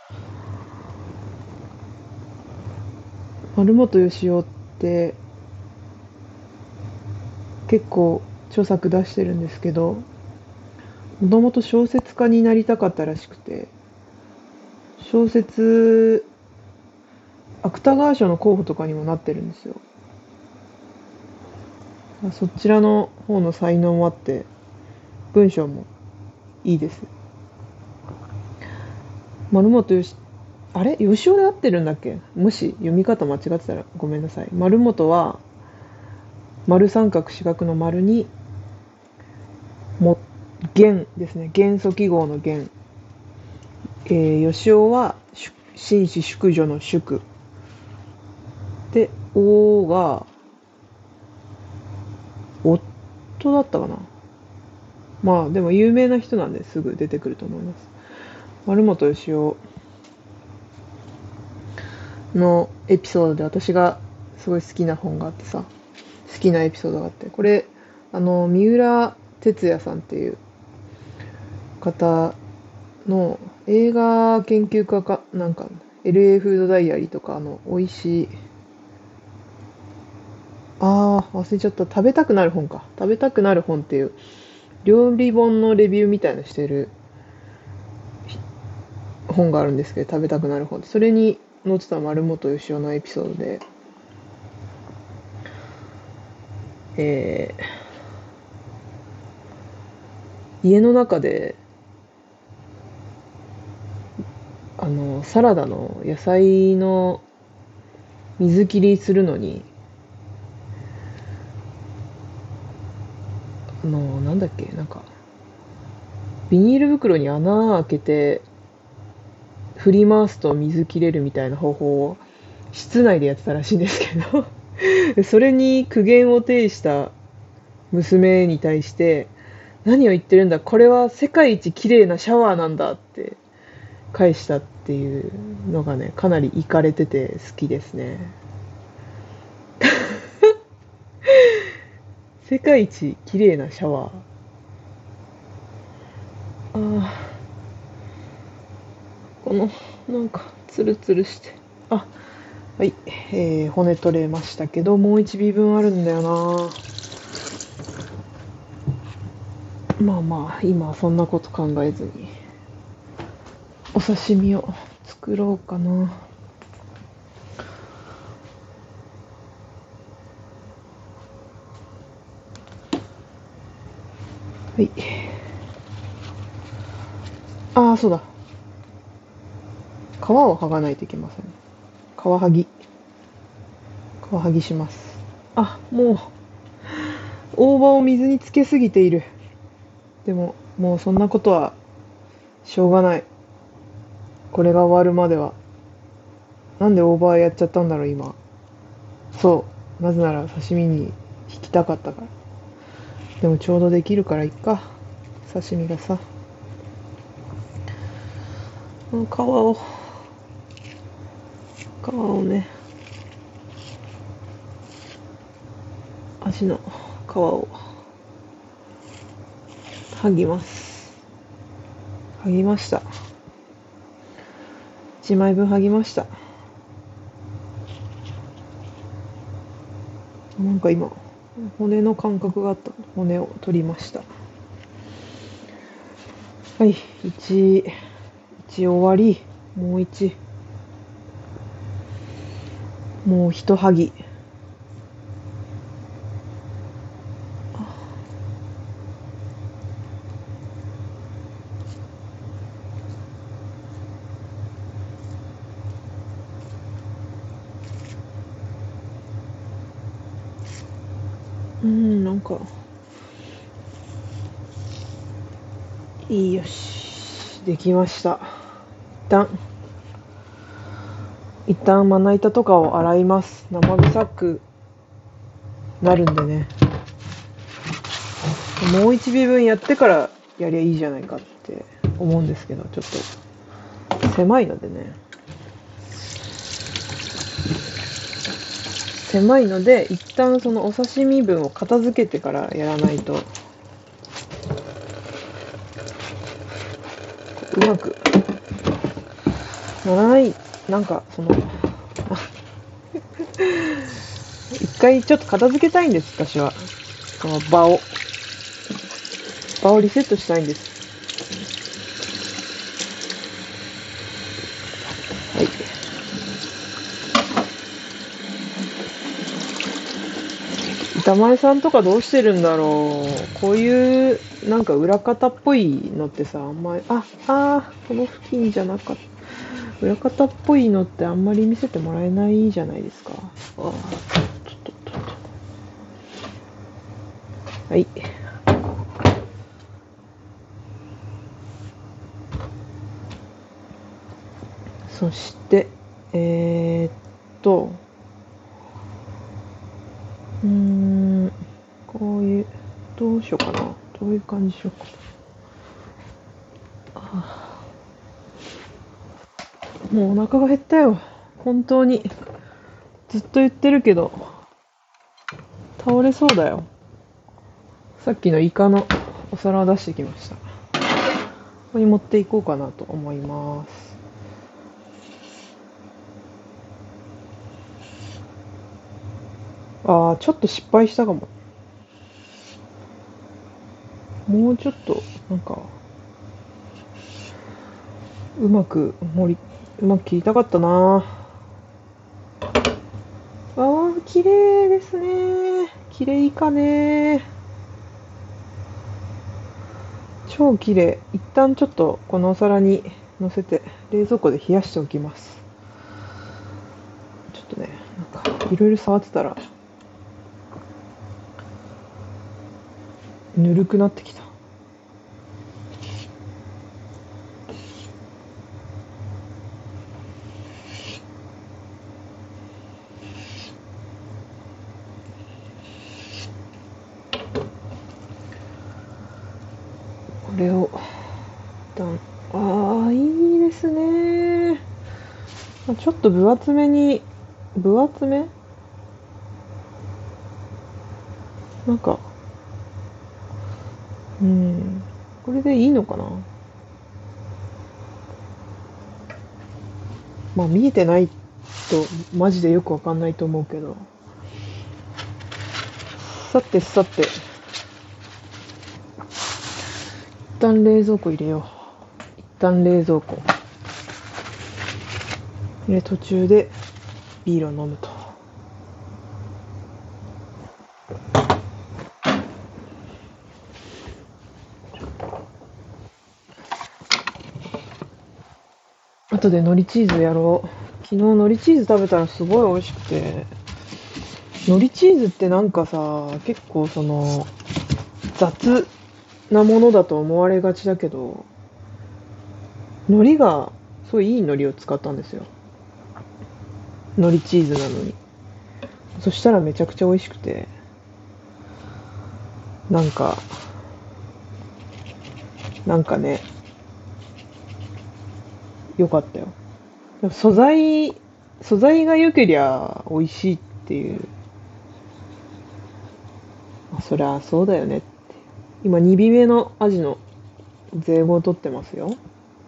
丸本義雄って結構著作出してるんですけど、もともと小説家になりたかったらしくて、小説芥川賞の候補とかにもなってるんですよ。そちらの方の才能もあって文章もいいです。丸本よしあれ吉尾で合ってるんだっけ、もし読み方間違ってたらごめんなさい。丸本は丸三角四角の丸にも元ですね、元素記号の元、えー、吉尾は紳士淑女の淑で、おが夫だったかな。まあでも有名な人なんですぐ出てくると思います。丸本義雄のエピソードで私がすごい好きな本があってさ、 好きなエピソードがあって、これ、あの、三浦哲也さんっていう方の映画研究家か、なんか、エルエー フードダイアリーとか、あの、美味しい、あー、忘れちゃった。食べたくなる本か。食べたくなる本っていう、料理本のレビューみたいのしてる本があるんですけど、食べたくなる本って。それに載ってた丸本義雄のエピソードで、えー、家の中で、あの、サラダの野菜の水切りするのに、あの、なんだっけ、なんか、ビニール袋に穴開けて、振り回すと水切れるみたいな方法を室内でやってたらしいんですけどでそれに苦言を呈した娘に対して、何を言ってるんだ、これは世界一綺麗なシャワーなんだって返したっていうのがね、かなりイかれてて好きですね。世界一綺麗なシャワー。ああ、この、なんか、ツルツルして。あ、はい、えー、骨取れましたけど、もういち尾分あるんだよな。まあまあ、今はそんなこと考えずに、お刺身を作ろうかな。はい。ああ、そうだ。皮を剥がないといけません。皮剥ぎ。皮剥ぎします。あ、もう、大葉を水につけすぎている。でも、もうそんなことはしょうがない。これが終わるまでは。なんでオーバーやっちゃったんだろう、今。そう。なぜなら刺身に引きたかったから。でもちょうどできるからいっか。刺身がさ。皮を、皮をね、足の皮を剥ぎます。剥ぎました。いちまいぶん剥ぎました。なんか今、骨の感覚があった骨を取りました。はい、いち、いち終わり、もういち、もうひと剥ぎ。うん、なんか、いいよし、できました。一旦、一旦まな板とかを洗います。生臭くなるんでね。もう一尾分やってからやりゃいいじゃないかって思うんですけど、ちょっと狭いのでね。狭いので、一旦そのお刺身分を片付けてからやらないと、うまくならない。なんか、その、一回ちょっと片付けたいんです、私は。その場を。場をリセットしたいんです。はい。板前さんとかどうしてるんだろう。こういうなんか裏方っぽいのってさ、あんまり、あ、あー、この付近じゃなかった。裏方っぽいのってあんまり見せてもらえないじゃないですか。あー、ちょっと、ちょっと。はい。そして、えー、っと、うーん、こういう、どうしようかな。どういう感じしようかな。もうお腹が減ったよ。本当に。ずっと言ってるけど、 倒れそうだよ。さっきのイカのお皿を出してきました。ここに持っていこうかなと思います。ああ、ちょっと失敗したかも。もうちょっと、なんか、うまく盛り、うまく切りたかったな。ああ、綺麗ですね。綺麗かね。超綺麗。一旦ちょっとこのお皿に乗せて冷蔵庫で冷やしておきます。ちょっとね、なんかいろいろ触ってたらぬるくなってきた。これを一旦、ああ、いいですね。ちょっと分厚めに、分厚めなんか、うん、これでいいのかな。まあ見えてないとマジでよくわかんないと思うけど。さてさて、一旦冷蔵庫入れよう。一旦冷蔵庫。で、途中でビールを飲むと。後で海苔チーズやろう。昨日海苔チーズ食べたらすごい美味しくて。海苔チーズってなんかさ、結構その、雑なものだと思われがちだけど、海苔が、すごいいい海苔を使ったんですよ。海苔チーズなのに。そしたらめちゃくちゃ美味しくて、なんか、なんかね、良かったよ。でも素材、素材が良けりゃ美味しいっていう。まあそりゃそうだよねって。今、にびめのアジの税後を取ってますよ。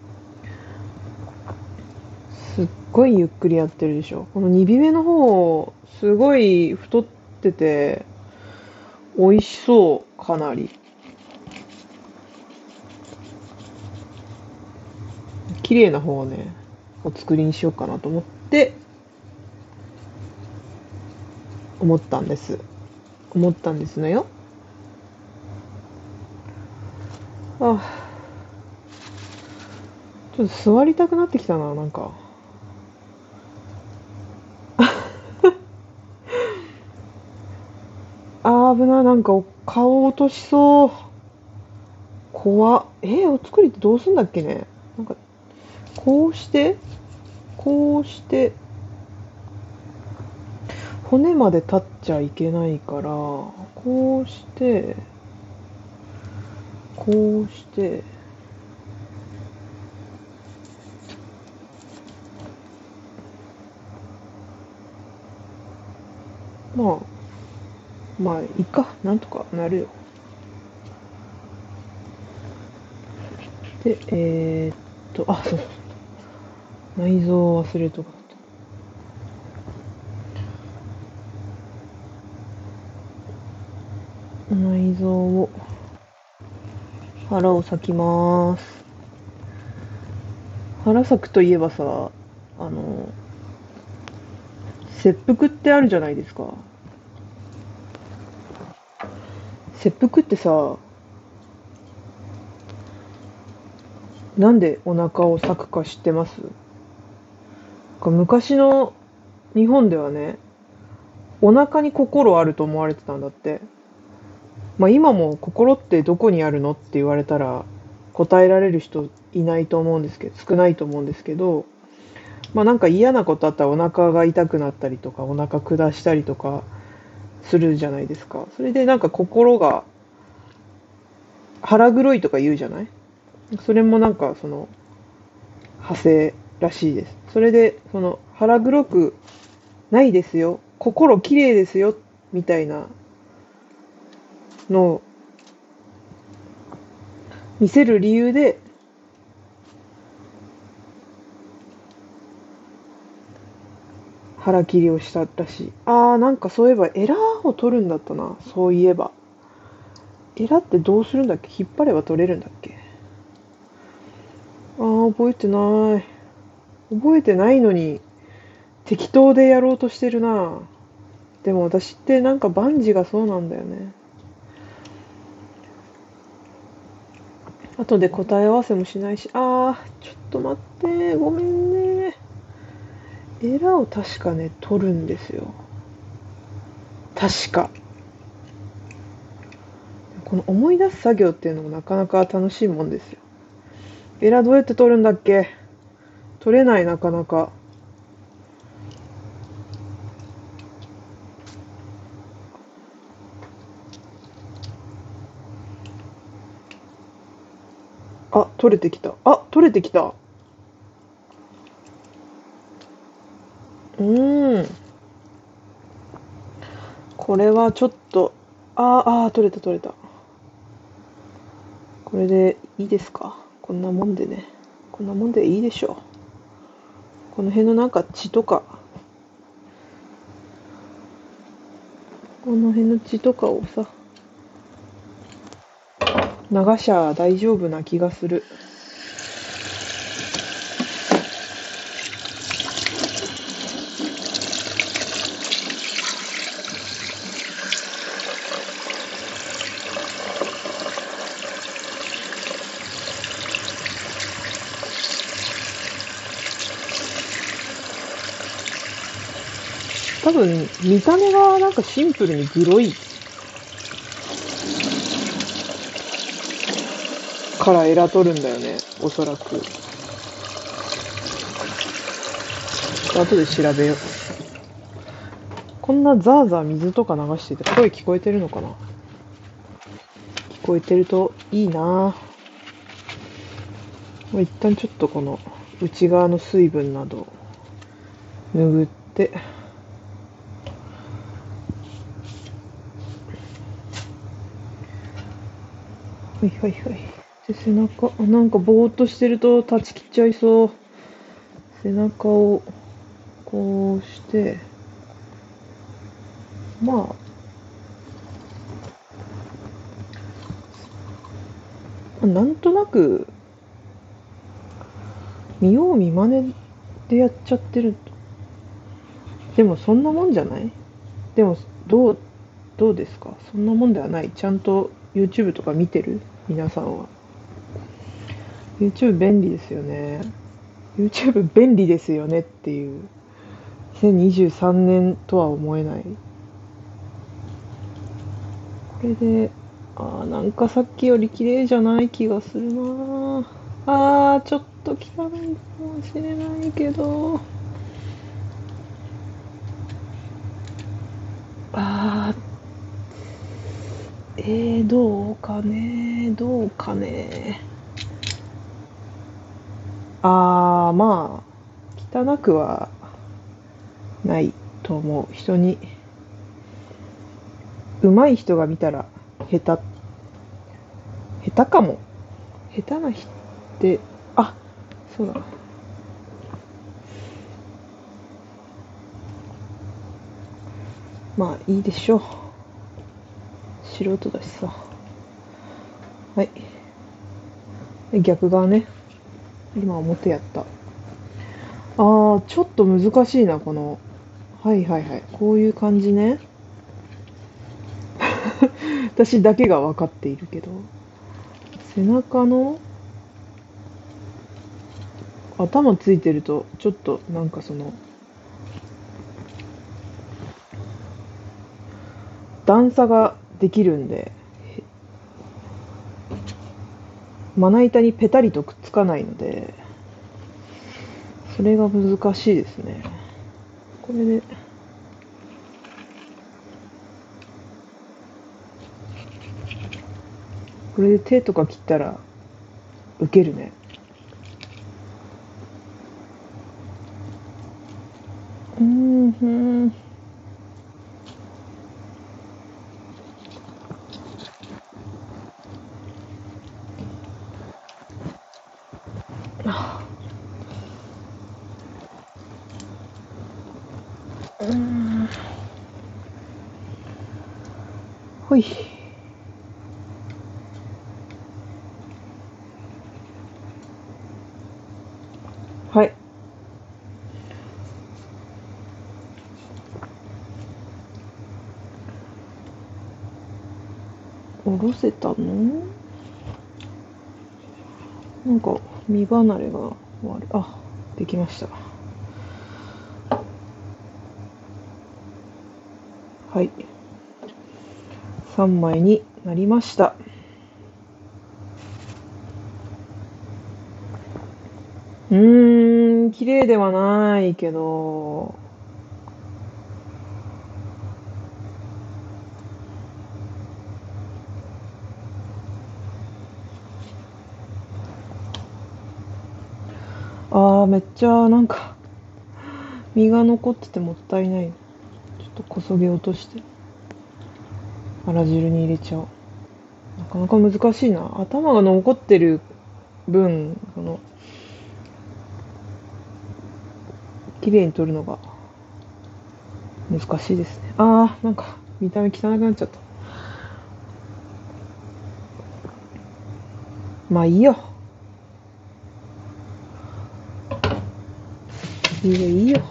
すっごいゆっくりやってるでしょ。このにびめの方、すごい太ってて、美味しそう、かなり。綺麗な方をね、お作りにしようかなと思って、思ったんです。思ったんですのよ。あ、ちょっと座りたくなってきたな、なんか。あー、危ない、なんか顔落としそう。怖っ。えー、お作りってどうすんだっけね。なんか、こうして、こうして、骨まで立っちゃいけないから、こうして、こうして、まあ、まあ、いいか。なんとかなるよ。で、えー、っと、あ、そう。内臓を忘れとかった。内臓を、腹を裂きます。腹裂くといえばさ、あの、切腹ってあるじゃないですか。切腹ってさ、なんでお腹を裂くか知ってます？昔の日本ではね、お腹に心あると思われてたんだって。まあ今も心ってどこにあるのって言われたら答えられる人いないと思うんですけど、少ないと思うんですけど、まあなんか嫌なことあったらお腹が痛くなったりとか、お腹下したりとかするじゃないですか。それでなんか心が腹黒いとか言うじゃない。それもなんかその派生らしいです。それでその腹黒くないですよ、心綺麗ですよみたいなの見せる理由で腹切りをしたらしい。あー、なんかそういえばエラーを取るんだったな。そういえば。エラーってどうするんだっけ？引っ張れば取れるんだっけ？あー、覚えてない。覚えてないのに適当でやろうとしてるな。でも私ってなんか万事がそうなんだよね。後で答え合わせもしないし、あー、ちょっと待って、ごめんね。エラーを確かね、取るんですよ。確か。この思い出す作業っていうのもなかなか楽しいもんですよ。エラーどうやって取るんだっけ？取れない、なかなか。あ、取れてきた。あ、取れてきた。うーん。これはちょっと、あー、あー、取れた取れた。これでいいですか？こんなもんでね。こんなもんでいいでしょう。この辺のなんか血とか、この辺の血とかをさ、流しゃ大丈夫な気がする。多分、見た目がなんかシンプルにグロいからエラ取るんだよね、おそらく。後で調べよう。こんなザーザー水とか流してて声聞こえてるのかな？聞こえてるといいなぁ。一旦ちょっとこの内側の水分などを拭って、はいはいはい。で、背中、あ、なんかぼーっとしてると断ち切っちゃいそう。背中をこうして、まあ、なんとなく見よう見まねでやっちゃってる。でもそんなもんじゃない？でも、どう、どうですか？そんなもんではない。ちゃんと YouTube とか見てる？皆さんは。YouTube 便利ですよね。YouTube 便利ですよねっていう。にせんにじゅうさんねんとは思えない。これで、あー、なんかさっきより綺麗じゃない気がするなあー、ちょっと汚いかもしれないけど。あー、えー、どうかねどうかねあー、まあ、汚くはないと思う。人に、上手い人が見たら、下手、下手かも。下手な人って、あ、そうだ。まあ、いいでしょう。素人だしさ。はい。で逆側ね。今表やった。あー、ちょっと難しいな、この。はいはいはい。こういう感じね。私だけが分かっているけど。背中の頭ついてると、ちょっとなんかその、段差ができるんで、まな板にペタリとくっつかないので、それが難しいですね。これで、これで手とか切ったら、ウケるね。うーん、ふん。 うん。ほい。はい。おろせたの？なんか身離れが悪い。あ、できました。はい。さんまいになりました。うーん、綺麗ではないけど、あー、めっちゃなんか身が残っててもったいない。ちょっとこそげ落としてあら汁に入れちゃおう。なかなか難しいな。頭が残ってる分、その綺麗に取るのが難しいですね。あー、なんか見た目汚くなっちゃった。まあいいよ。いいよいいよ。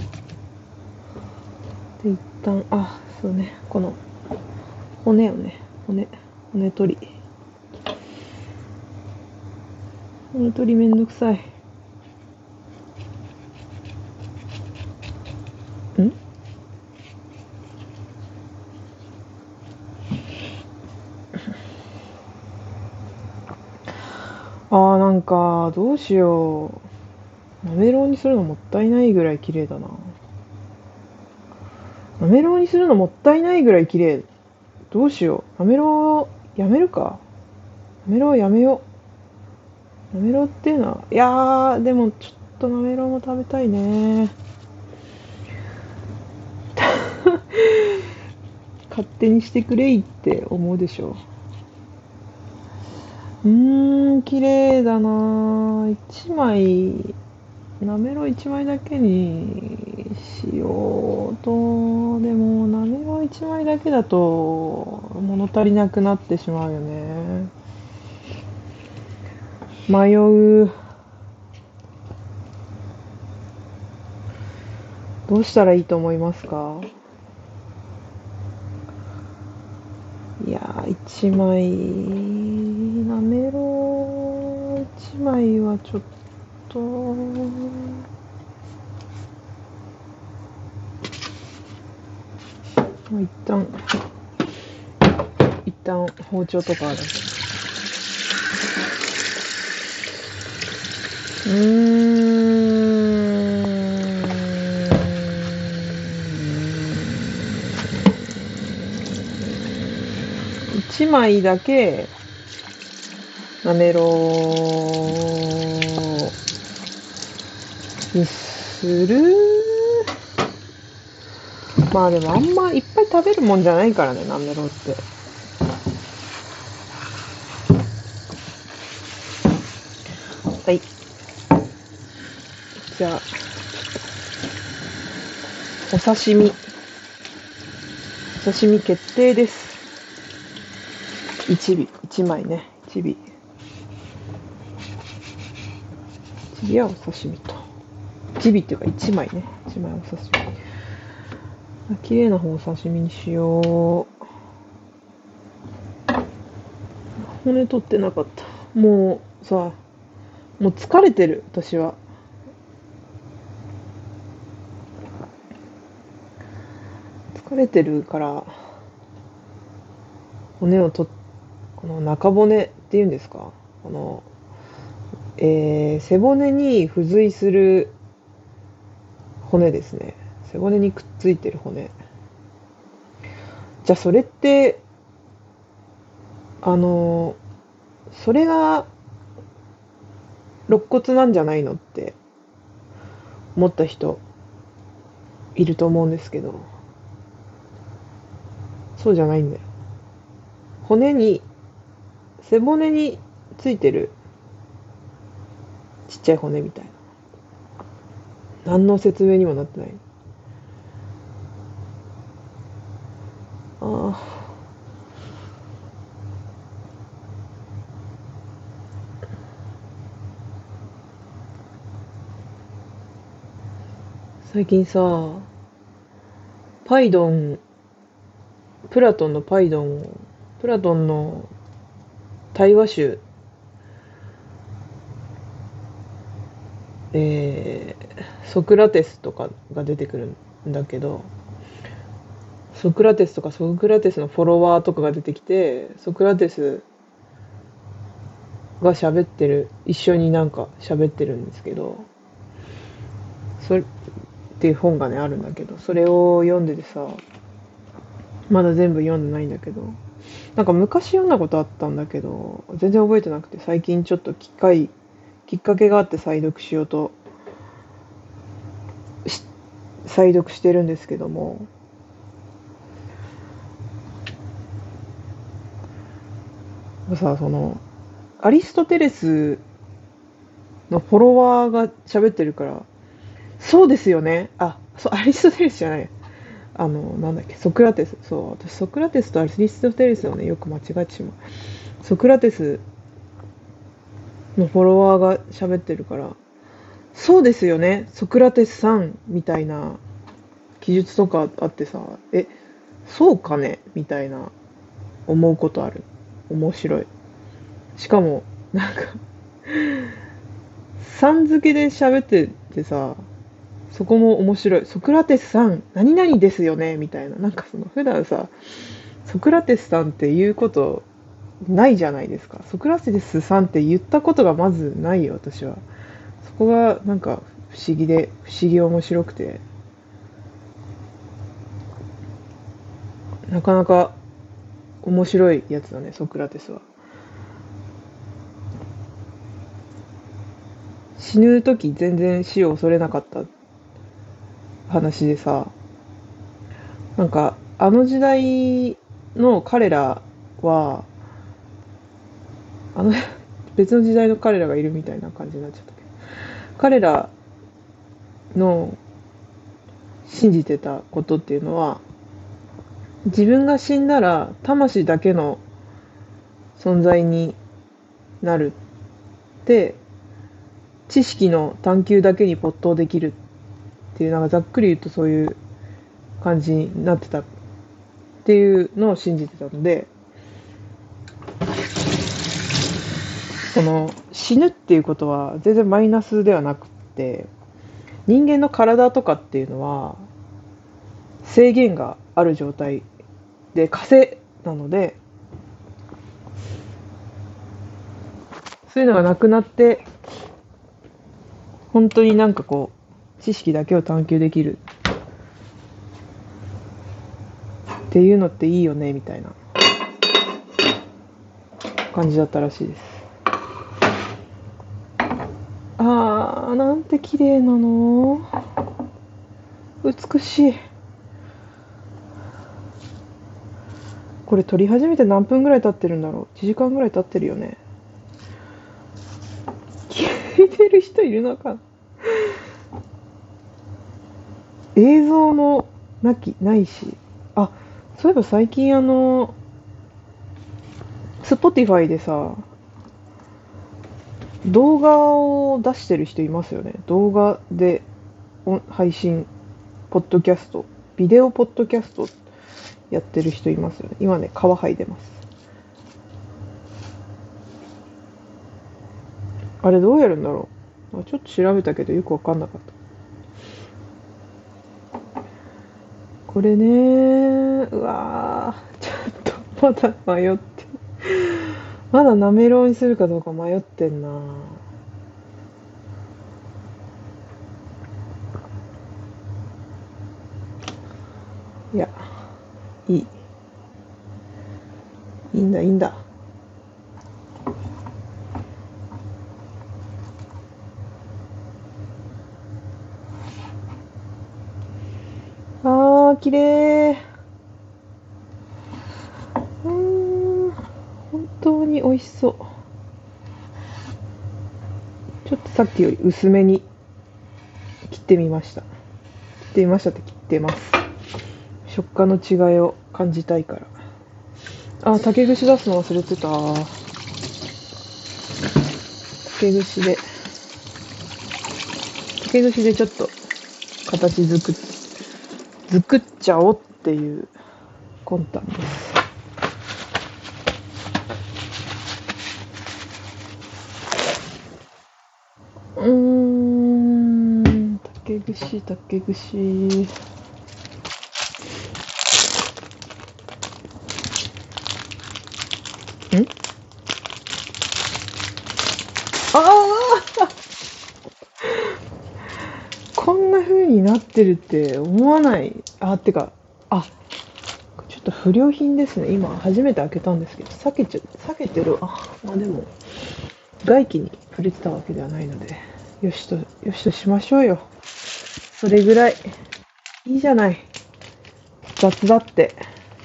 で一旦、あ、そうね、この骨をね、骨骨取り骨取りめんどくさい。んあー、なんかどうしよう。なめろうにするのもったいないぐらい綺麗だな。なめろうにするのもったいないぐらい綺麗。どうしよう。なめろうやめるか。なめろうやめよう。なめろうっていうのは、いやー、でもちょっとなめろうも食べたいね。勝手にしてくれいって思うでしょ。うーん、綺麗だな。一枚、なめろう一枚だけにしようと。でも、なめろう一枚だけだと物足りなくなってしまうよね。迷う。どうしたらいいと思いますか？いやー、一枚、なめろう一枚はちょっと、一旦、一旦包丁とかある。うーん。一枚だけなめろうにする。まあでもあんまいっぱい食べるもんじゃないからね、なめろうって。はい。じゃあ、お刺身。お刺身決定です。一尾、一枚ね。一尾。一尾はお刺身と。一尾っていうか一枚ね。一枚お刺身。綺麗な方をお刺身にしよう。骨取ってなかった。もうさ、もう疲れてる、私は。疲れてるから、骨をと、この中骨っていうんですか、この、えー、背骨に付随する骨ですね。背骨にくっついてる骨。じゃあそれって、あの、それが肋骨なんじゃないのって思った人いると思うんですけど、そうじゃないんだよ。骨に、背骨についてるちっちゃい骨みたいな。何の説明にもなってない。ああ。最近さ、パイドン、プラトンのパイドンを、プラトンの対話集、えー、ソクラテスとかが出てくるんだけど、ソクラテスとかソクラテスのフォロワーとかが出てきて、ソクラテスが喋ってる、一緒になんか喋ってるんですけど、それっていう本がね、あるんだけど、それを読んでてさ、まだ全部読んでないんだけど、なんか昔読んだことあったんだけど、全然覚えてなくて、最近ちょっと機会、きっかけがあって再読しようと、再読してるんですけども、さ、その、アリストテレスのフォロワーが喋ってるから、そうですよね。あ、そう、アリストテレスじゃない。あの、なんだっけ、ソクラテス。そう、私、ソクラテスとアリストテレスをね、よく間違えてしまう。ソクラテスのフォロワーが喋ってるから、そうですよね、ソクラテスさん、みたいな記述とかあってさ、え、そうかねみたいな思うことある。面白い。しかも、なんか、さん付けで喋っててさ、そこも面白い。ソクラテスさん、何々ですよねみたいな。なんかその、普段さ、ソクラテスさんって言うことないじゃないですか。ソクラテスさんって言ったことがまずないよ、私は。そこがなんか不思議で、不思議面白くて、なかなか面白いやつだね、ソクラテスは。死ぬ時全然死を恐れなかった話でさ、なんかあの時代の彼らは、あの別の時代の彼らがいるみたいな感じになっちゃったけど、彼らの信じてたことっていうのは、自分が死んだら魂だけの存在になるって、知識の探求だけに没頭できるっていう、なんかざっくり言うとそういう感じになってたっていうのを信じてたので、その死ぬっていうことは全然マイナスではなくって、人間の体とかっていうのは制限がある状態で火星なので、そういうのがなくなって本当になんかこう知識だけを探求できるっていうのっていいよねみたいな感じだったらしいです。あー、なんて綺麗なの、美しい。これ撮り始めて何分ぐらい経ってるんだろう。いちじかんぐらい経ってるよね。聞いてる人いるのかな。映像もなきないし、あ、そういえば最近あの Spotify でさ、動画を出してる人いますよね。動画で配信、ポッドキャスト、ビデオポッドキャストやってる人いますよね。今ね、皮剥いでます。あれどうやるんだろう。あ、ちょっと調べたけどよくわかんなかった。これね、うわー、ちょっとまだ迷って。まだなめろうにするかどうか迷ってんな。いや、いい。いいんだ、いいんだ。あー、綺麗。うーん、本当に美味しそう。ちちょっとさっきより薄めに切ってみました。切ってみましたって切ってます。食感の違いを感じたいから。あ、竹串出すの忘れてた。竹串で、竹串でちょっと形作っ、作っちゃおうっていう魂胆です。うーん、竹串、竹串。んああこんな風になってるって思わない。あ、てか、あ、ちょっと不良品ですね。今、初めて開けたんですけど、避けちゃ、避けてる。あ、まあでも、外気に触れてたわけではないので、よしと、よしとしましょうよ。それぐらい、いいじゃない。雑だって。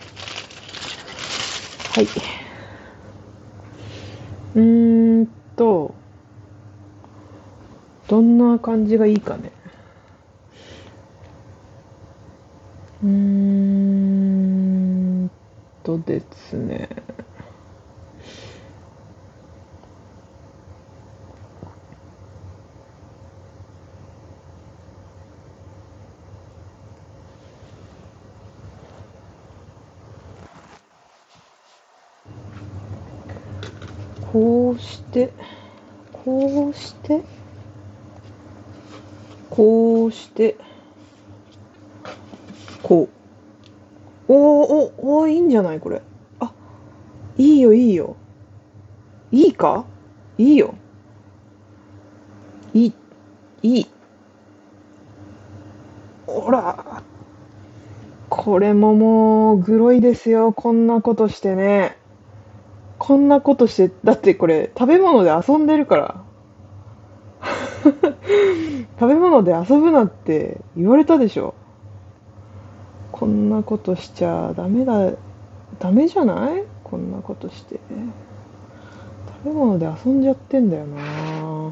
はい。うーんと、どんな感じがいいかね。うーんとですね。こうして、こうして、こうして、こう。おーお、おーいいんじゃないこれ。あ、いいよいいよ。いいかいいよ。いい、いい。ほら、これももう、グロいですよ。こんなことしてね。こんなことして、だってこれ、食べ物で遊んでるから。食べ物で遊ぶなって言われたでしょ。こんなことしちゃダメだ、ダメじゃないこんなことして。食べ物で遊んじゃってんだよな。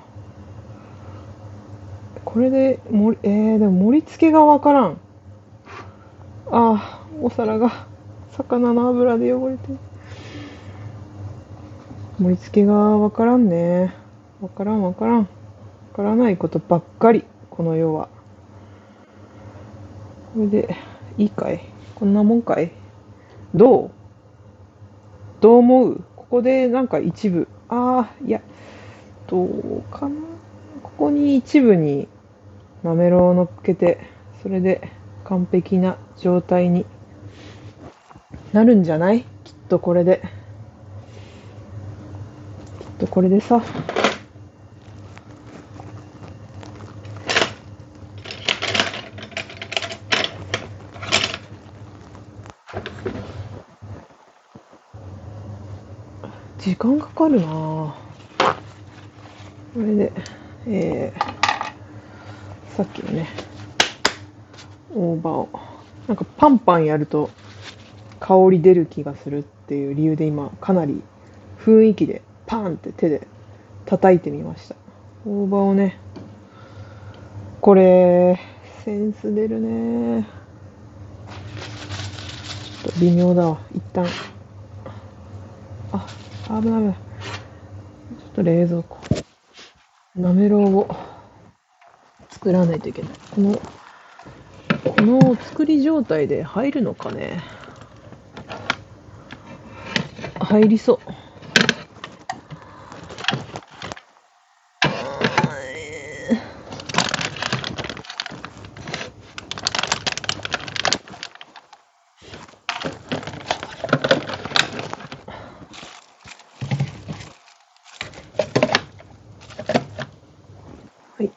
これで、もり、えー、でも盛り付けがわからん。ああ、お皿が魚の油で汚れてる。盛り付けがわからんね。わからんわからん。わからないことばっかり、この世は。これで、いいかいこんなもんかいどうどう思うここでなんか一部。ああ、いや、どうかな。ここに一部になめろうを乗っけて、それで完璧な状態になるんじゃないきっとこれで。きっとこれでさ。時間かかるなぁ。これで、えー、さっきのね、大葉を。なんかパンパンやると香り出る気がするっていう理由で今かなり雰囲気でパーンって手で叩いてみました。大葉をね、これ、センス出るね。ちょっと微妙だわ。一旦。あ、危ない危ない。ちょっと冷蔵庫。なめろうを作らないといけない。この、この作り状態で入るのかね。入りそう。はい。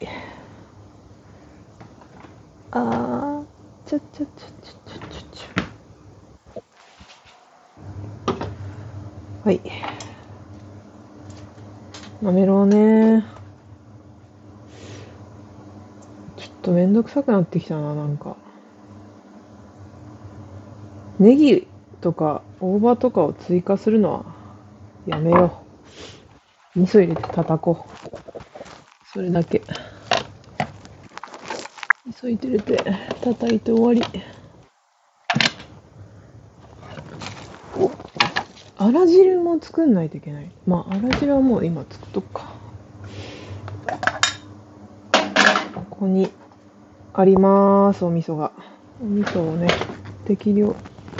あー、ちょちょちょちょちょちょちょ。はい。なめろうね。ちょっとめんどくさくなってきたな、なんか。ネギとか大葉とかを追加するのはやめよう。味噌入れて叩こう。 それだけ。急いでるて、叩いて終わり。あら汁も作んないといけない。まあ、あら汁はもう今作っとくか。ここにあります、お味噌が。お味噌をね、適量、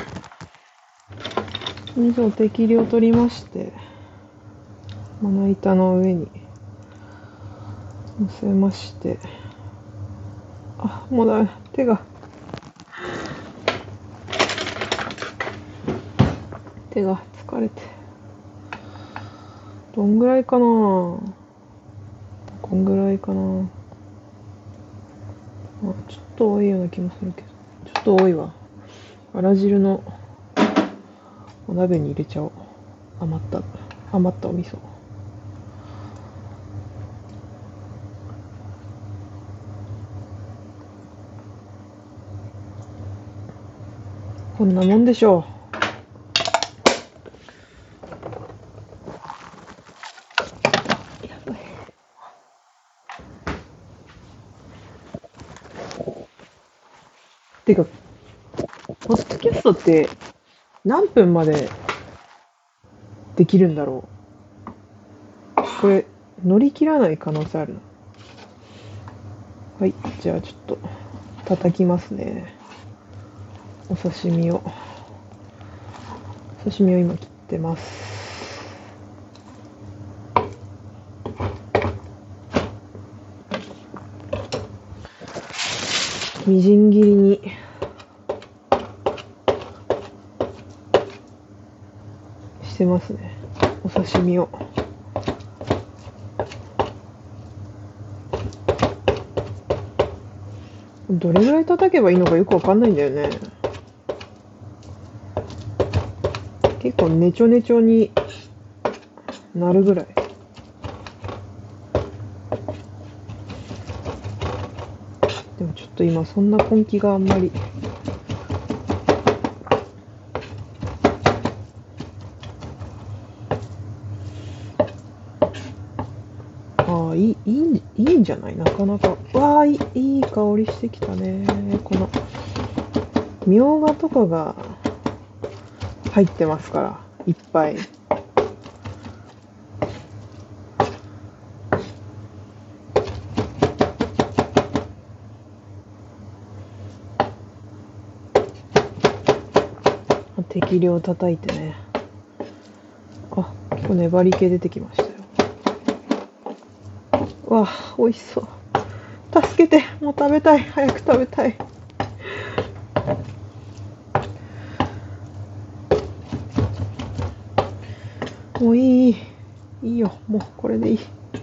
お味噌を適量取りまして、まな板の上に乗せまして、あ、もうだめ、手が、手が疲れて。どんぐらいかな、こんぐらいかな。あ、ちょっと多いような気もするけど。ちょっと多いわ。あら汁のお鍋に入れちゃおう。余った、余ったお味噌。こんなもんでしょう。やばい。てか、ポッドキャストって何分までできるんだろう。これ、乗り切らない可能性あるな。はい、じゃあちょっと叩きますね。お刺身を。刺身を今切ってます。みじん切りにしてますね。お刺身を。どれぐらい叩けばいいのかよくわかんないんだよね。結構ネチョネチョになるぐらい。でもちょっと今そんな根気があんまり。ああ、いい、いい、いいんじゃない、なかなか。わあ、いい、いい香りしてきたね。この、みょうがとかが入ってますから、いっぱい。適量叩いてね。あ、結構粘り気出てきましたよ。わあ、美味しそう。助けて、もう食べたい。早く食べたい。もういい。いいよ。もうこれでいい。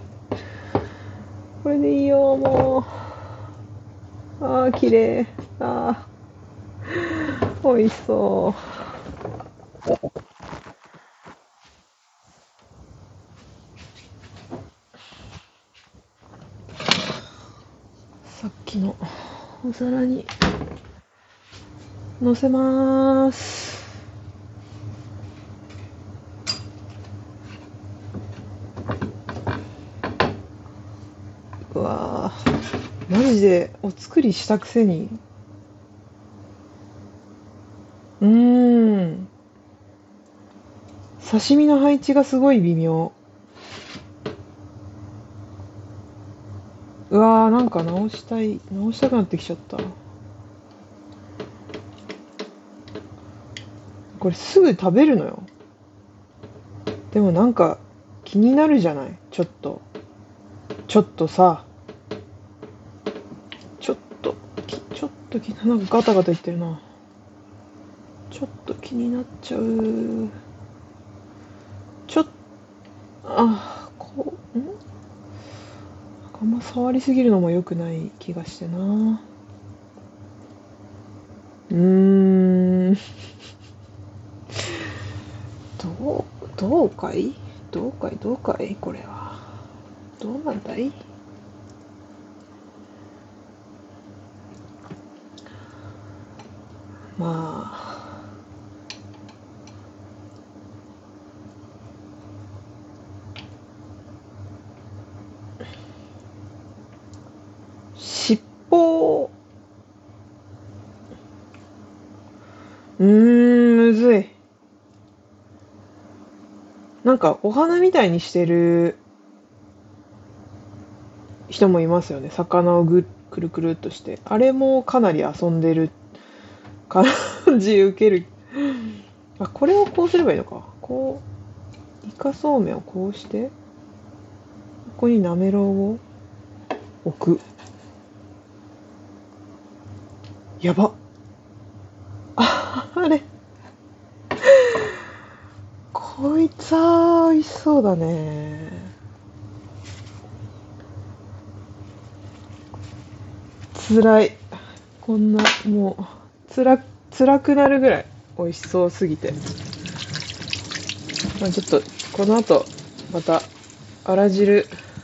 これでいいよ、もう。ああ、綺麗。ああ、美味しそう。さっきのお皿にのせまーす。うわー、マジでお作りしたくせに。うーん。刺身の配置がすごい微妙。うわー、なんか直したい、直したくなってきちゃった。これすぐ食べるのよ。でもなんか気になるじゃない、ちょっと。ちょっとさ、ちょっと、きちょっとき、なんかガタガタ言ってるな。ちょっと気になっちゃう。ちょっと、あ、こう、んあんま触りすぎるのも良くない気がしてな。うーん。どう、どうかいどうかいどうかいこれは。どうなんだい。まあ、 なんかお花みたいにしてる人もいますよね。魚をぐくるくるっとして。あれもかなり遊んでる感じ受ける。あ、これをこうすればいいのか。こう、イカそうめんをこうして、ここになめろうを置く。やば。あ、あれ。こいつは美味しそうだね。辛い。こんな、もう、辛、辛くなるぐらい美味しそうすぎて。まあちょっと、この後、また、あら汁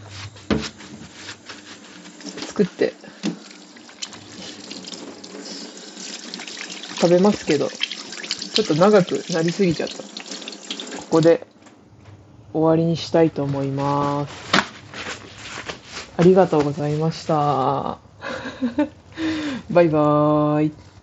作って食べますけど、ちょっと長くなりすぎちゃった。ここで終わりにしたいと思います。ありがとうございました。バイバーイ。